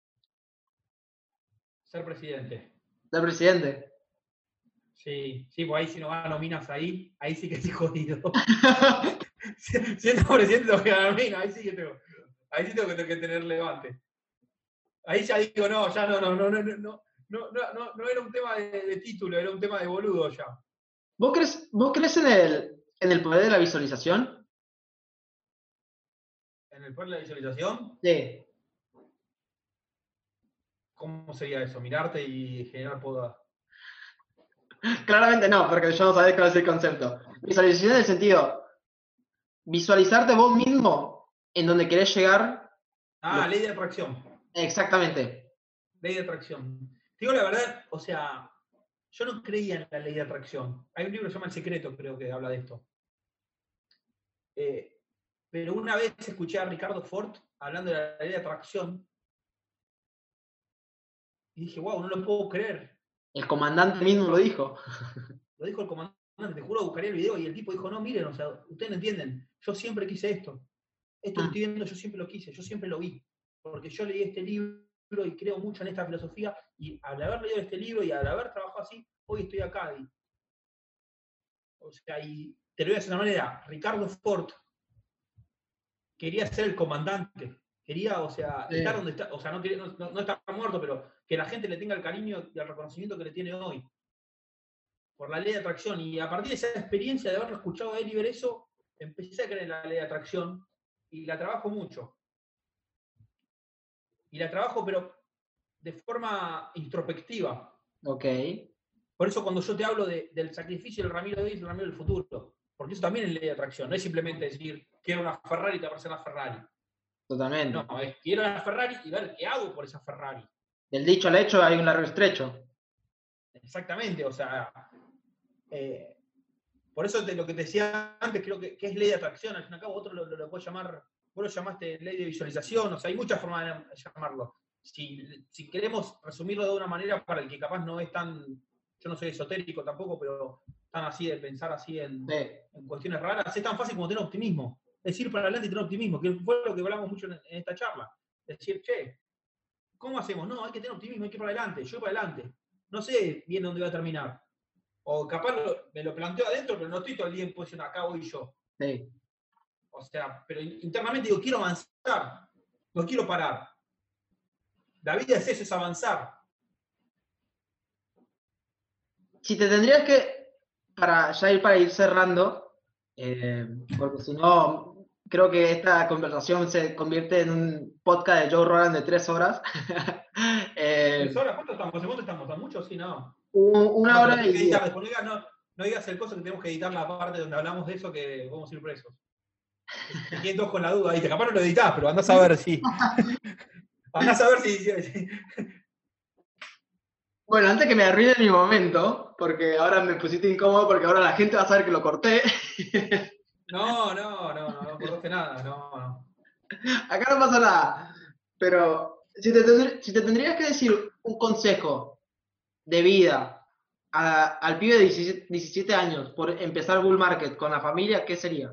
Ser presidente. ¿Ser presidente? Sí, sí, pues ahí si no gano minas ahí sí que estoy jodido. Siendo presidente tengo que ganar minas, ahí sí tengo que tener levante. Ahí ya digo, no, ya no era un tema de título, era un tema de boludo ya. ¿Vos crees en el poder de la visualización? En el poder de la visualización, Sí. ¿cómo sería eso? Mirarte y generar poder. Claramente no, porque yo no sabés cuál es el concepto. Visualización en el sentido, visualizarte vos mismo en donde querés llegar. Ah, ley de atracción. Exactamente. Ley de atracción. Te digo la verdad, o sea, yo no creía en la ley de atracción. Hay un libro que se llama El Secreto, creo que habla de esto. Pero una vez escuché a Ricardo Ford hablando de la ley de atracción y dije, wow, no lo puedo creer. El comandante mismo lo dijo. Lo dijo el comandante, te juro, buscaría el video y el tipo dijo, no, miren, o sea, ustedes no entienden, yo siempre quise esto. Esto que estoy viendo yo siempre lo quise, yo siempre lo vi. Porque yo leí este libro y creo mucho en esta filosofía y al haber leído este libro y al haber trabajado así, hoy estoy acá. O sea, y te lo voy a decir de una manera, Ricardo Ford quería ser el comandante, quería, o sea, Sí. estar donde está, o sea, no está muerto, pero que la gente le tenga el cariño y el reconocimiento que le tiene hoy, por la ley de atracción. Y a partir de esa experiencia de haberlo escuchado a él y ver eso, empecé a creer en la ley de atracción y la trabajo mucho. Y la trabajo, pero de forma introspectiva. Ok. Por eso cuando yo te hablo del sacrificio del Ramiro de hoy y el Ramiro del futuro, porque eso también es ley de atracción, no es simplemente decir, quiero una Ferrari y te aparece una Ferrari. Totalmente. No, es quiero una Ferrari y ver qué hago por esa Ferrari. Del dicho al hecho hay un largo estrecho. Exactamente, o sea, por eso lo que te decía antes, creo que es ley de atracción, al fin y al cabo otro lo puede llamar, vos lo llamaste ley de visualización, o sea, hay muchas formas de llamarlo. Si queremos resumirlo de una manera para el que capaz no es tan, yo no soy esotérico tampoco, pero tan así de pensar así en Sí. cuestiones raras, es tan fácil como tener optimismo. Es ir para adelante y tener optimismo, que fue lo que hablamos mucho en esta charla. Decir, che, ¿cómo hacemos? No, hay que tener optimismo, hay que ir para adelante, yo para adelante. No sé bien dónde voy a terminar. O capaz me lo planteo adentro, pero no estoy todo el día en posición, acá voy yo. Sí. O sea, pero internamente digo, quiero avanzar, no quiero parar. La vida es eso, es avanzar. Si te tendrías que, para ir cerrando, porque si no, creo que esta conversación se convierte en un podcast de Joe Rogan de 3 horas. 3 horas, ¿cuánto estamos? ¿Hace cuánto estamos? ¿A mucho? Sí, no. Una No, pero hora tenés y que 10. editar después. No digas el coso que tenemos que editar la parte donde hablamos de eso que vamos a ir presos. Te queden todos con la duda, ¿viste? Capaz no lo editás, pero andás a ver si. Andás a ver si... Bueno, antes que me arruine mi momento, porque ahora me pusiste incómodo, porque ahora la gente va a saber que lo corté. No cortaste nada, no. Acá no pasa nada. Pero si te tendrías que decir un consejo de vida al pibe de 17 años por empezar Bull Market con la familia, ¿qué sería?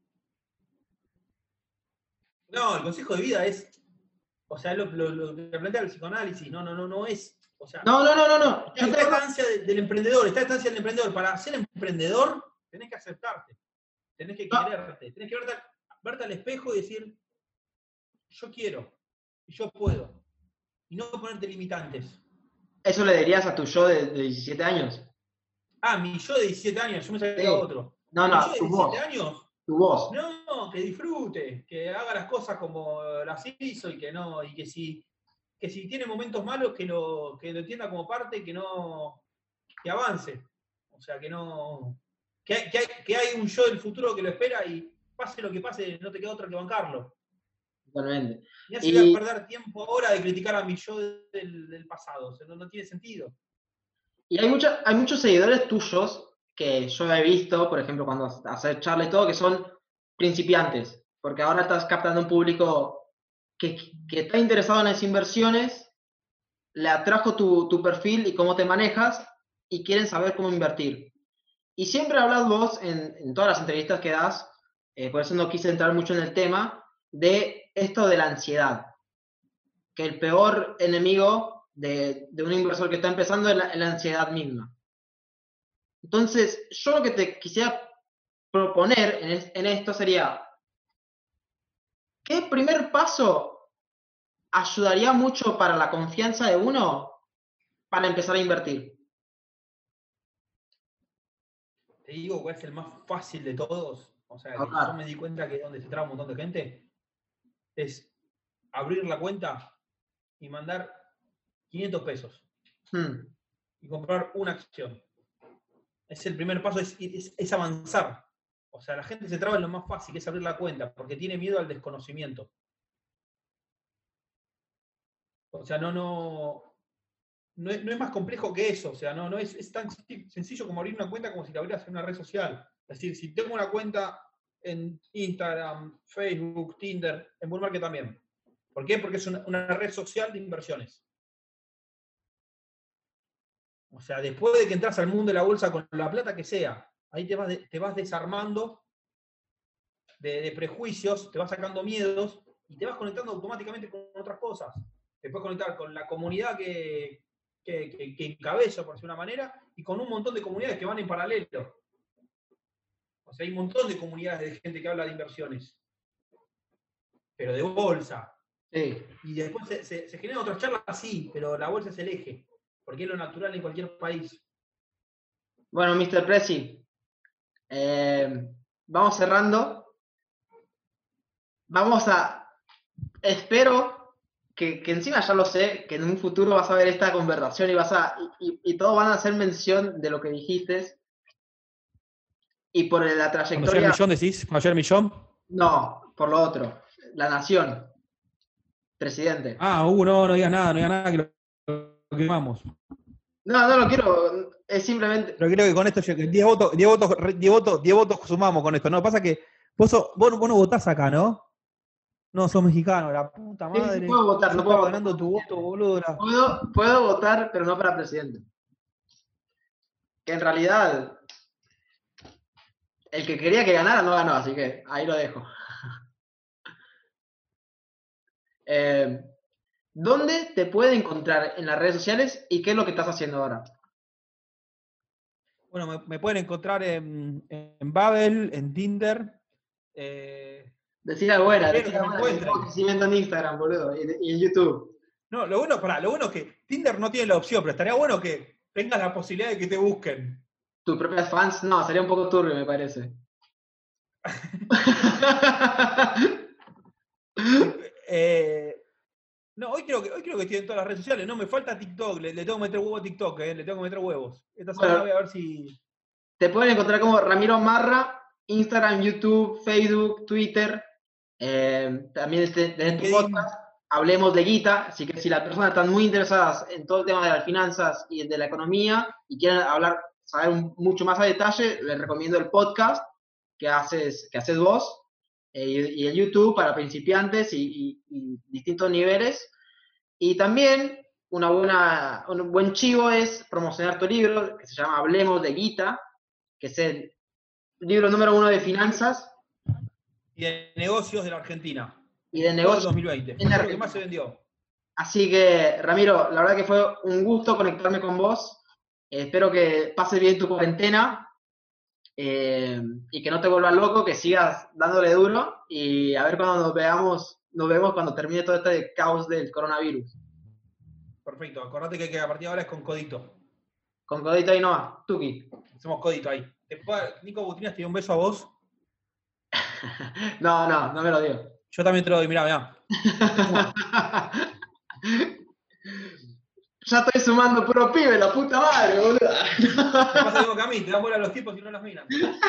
No, el consejo de vida es, o sea, lo que plantea el psicoanálisis, no es, o sea, No. Yo está te hablo... esta ansia del emprendedor, está esta ansia del emprendedor. Para ser emprendedor, tenés que aceptarte, tenés que No, quererte, tenés que verte al espejo y decir, yo quiero, y yo puedo, y no ponerte limitantes. eso le dirías a tu yo de 17 años. Ah, mi yo de 17 años, yo me sabía Sí. otro. No, Mi yo de tu 17 voz. años, Tu voz. no, que disfrute, que haga las cosas como las hizo y que no, y que si tiene momentos malos, que lo entienda como parte, que avance. O sea, que hay un yo del futuro que lo espera y pase lo que pase, no te queda otra que bancarlo. Totalmente. Mirá si voy a perder tiempo ahora de criticar a mi yo del pasado. O sea, no tiene sentido. Y hay muchos seguidores tuyos que yo he visto, por ejemplo, cuando haces charla y todo, que son principiantes, porque ahora estás captando un público que está interesado en las inversiones, le atrajo tu perfil y cómo te manejas y quieren saber cómo invertir. Y siempre hablas vos en todas las entrevistas que das, por eso no quise entrar mucho en el tema, de esto de la ansiedad, que el peor enemigo de un inversor que está empezando es la ansiedad misma. Entonces, yo lo que te quisiera proponer en esto sería, ¿qué primer paso ayudaría mucho para la confianza de uno para empezar a invertir? Te digo cuál es el más fácil de todos. O sea, que yo Ahorrar. me di cuenta que donde se traba un montón de gente es abrir la cuenta y mandar 500 pesos y comprar una acción. Es el primer paso, es avanzar. O sea, la gente se traba en lo más fácil, que es abrir la cuenta, porque tiene miedo al desconocimiento. O sea, no es más complejo que eso. O sea, no es tan sencillo como abrir una cuenta como si te abrieras en una red social. Es decir, si tengo una cuenta en Instagram, Facebook, Tinder, en Bull Market también. ¿Por qué? Porque es una red social de inversiones. O sea, después de que entras al mundo de la bolsa con la plata que sea, ahí te vas desarmando de prejuicios, te vas sacando miedos y te vas conectando automáticamente con otras cosas. Te puedes conectar con la comunidad que encabeza, por decir una manera, y con un montón de comunidades que van en paralelo. O sea, hay un montón de comunidades de gente que habla de inversiones, pero de bolsa. Sí. Y después se generan otras charlas, sí, pero la bolsa es el eje, porque es lo natural en cualquier país. Bueno, Mr. Prezi, vamos cerrando. Espero que encima ya lo sé, que en un futuro vas a ver esta conversación y todos van a hacer mención de lo que dijiste. Y por la trayectoria... ¿Cuando llega el millón decís? ¿Cuando llega el millón? No, por lo otro. La nación. Presidente. No digas nada, que lo quemamos. No lo quiero. Es simplemente... Pero creo que con esto 10 votos sumamos con esto. No, pasa que vos no votás acá, ¿no? No, sos mexicano, la puta madre. Sí, puedo votar, Yo no puedo estaba votar. ganando tu voto, boludo. Puedo votar, pero no para presidente. Que en realidad el que quería que ganara no ganó, así que ahí lo dejo. ¿Dónde te puede encontrar en las redes sociales y qué es lo que estás haciendo ahora? Bueno, me pueden encontrar en Babel, en Tinder. Decir algo buena, Espero que me encuentren. crecimiento en Instagram, boludo, y en YouTube. No, lo bueno es que Tinder no tiene la opción, pero estaría bueno que tengas la posibilidad de que te busquen. ¿Tus propias fans? No, sería un poco turbio, me parece. No, hoy creo que tienen todas las redes sociales. No, me falta TikTok. Le tengo que meter huevo a TikTok, le tengo que meter huevos. Esta semana voy a ver si... Te pueden encontrar como Ramiro Marra, Instagram, YouTube, Facebook, Twitter. También desde tu podcast. Hablemos de Guita, así que si las personas están muy interesadas en todo el tema de las finanzas y de la economía y quieren saber mucho más a detalle, les recomiendo el podcast que haces vos y el YouTube para principiantes y distintos niveles. Y también un buen chivo es promocionar tu libro, que se llama Hablemos de Guita, que es el libro número 1 de finanzas. Y de negocios de la Argentina. Y de negocios. 2020. Fue lo que más se vendió. Así que, Ramiro, la verdad que fue un gusto conectarme con vos. Espero que pases bien tu cuarentena y que no te vuelvas loco, que sigas dándole duro y a ver cuando nos vemos cuando termine todo este caos del coronavirus. Perfecto, acordate que a partir de ahora es con codito. Con codito ahí nomás, Tuki. Hacemos codito ahí. Nico Butrinas, te dio un beso a vos. No me lo digo. Yo también te lo doy, mirá. Ya estoy sumando puro pibe, la puta madre, boludo. Te pasa lo mismo que a mí, te dan bola a los tipos y no las miran.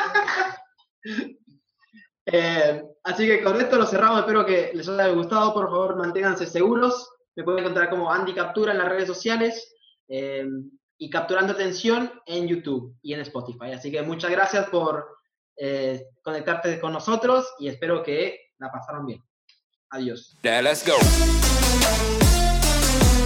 Así que con esto lo cerramos, espero que les haya gustado, por favor manténganse seguros, me pueden encontrar como Andy Captura en las redes sociales y Capturando Atención en YouTube y en Spotify, así que muchas gracias por conectarte con nosotros y espero que la pasaron bien. Adiós. Now let's go.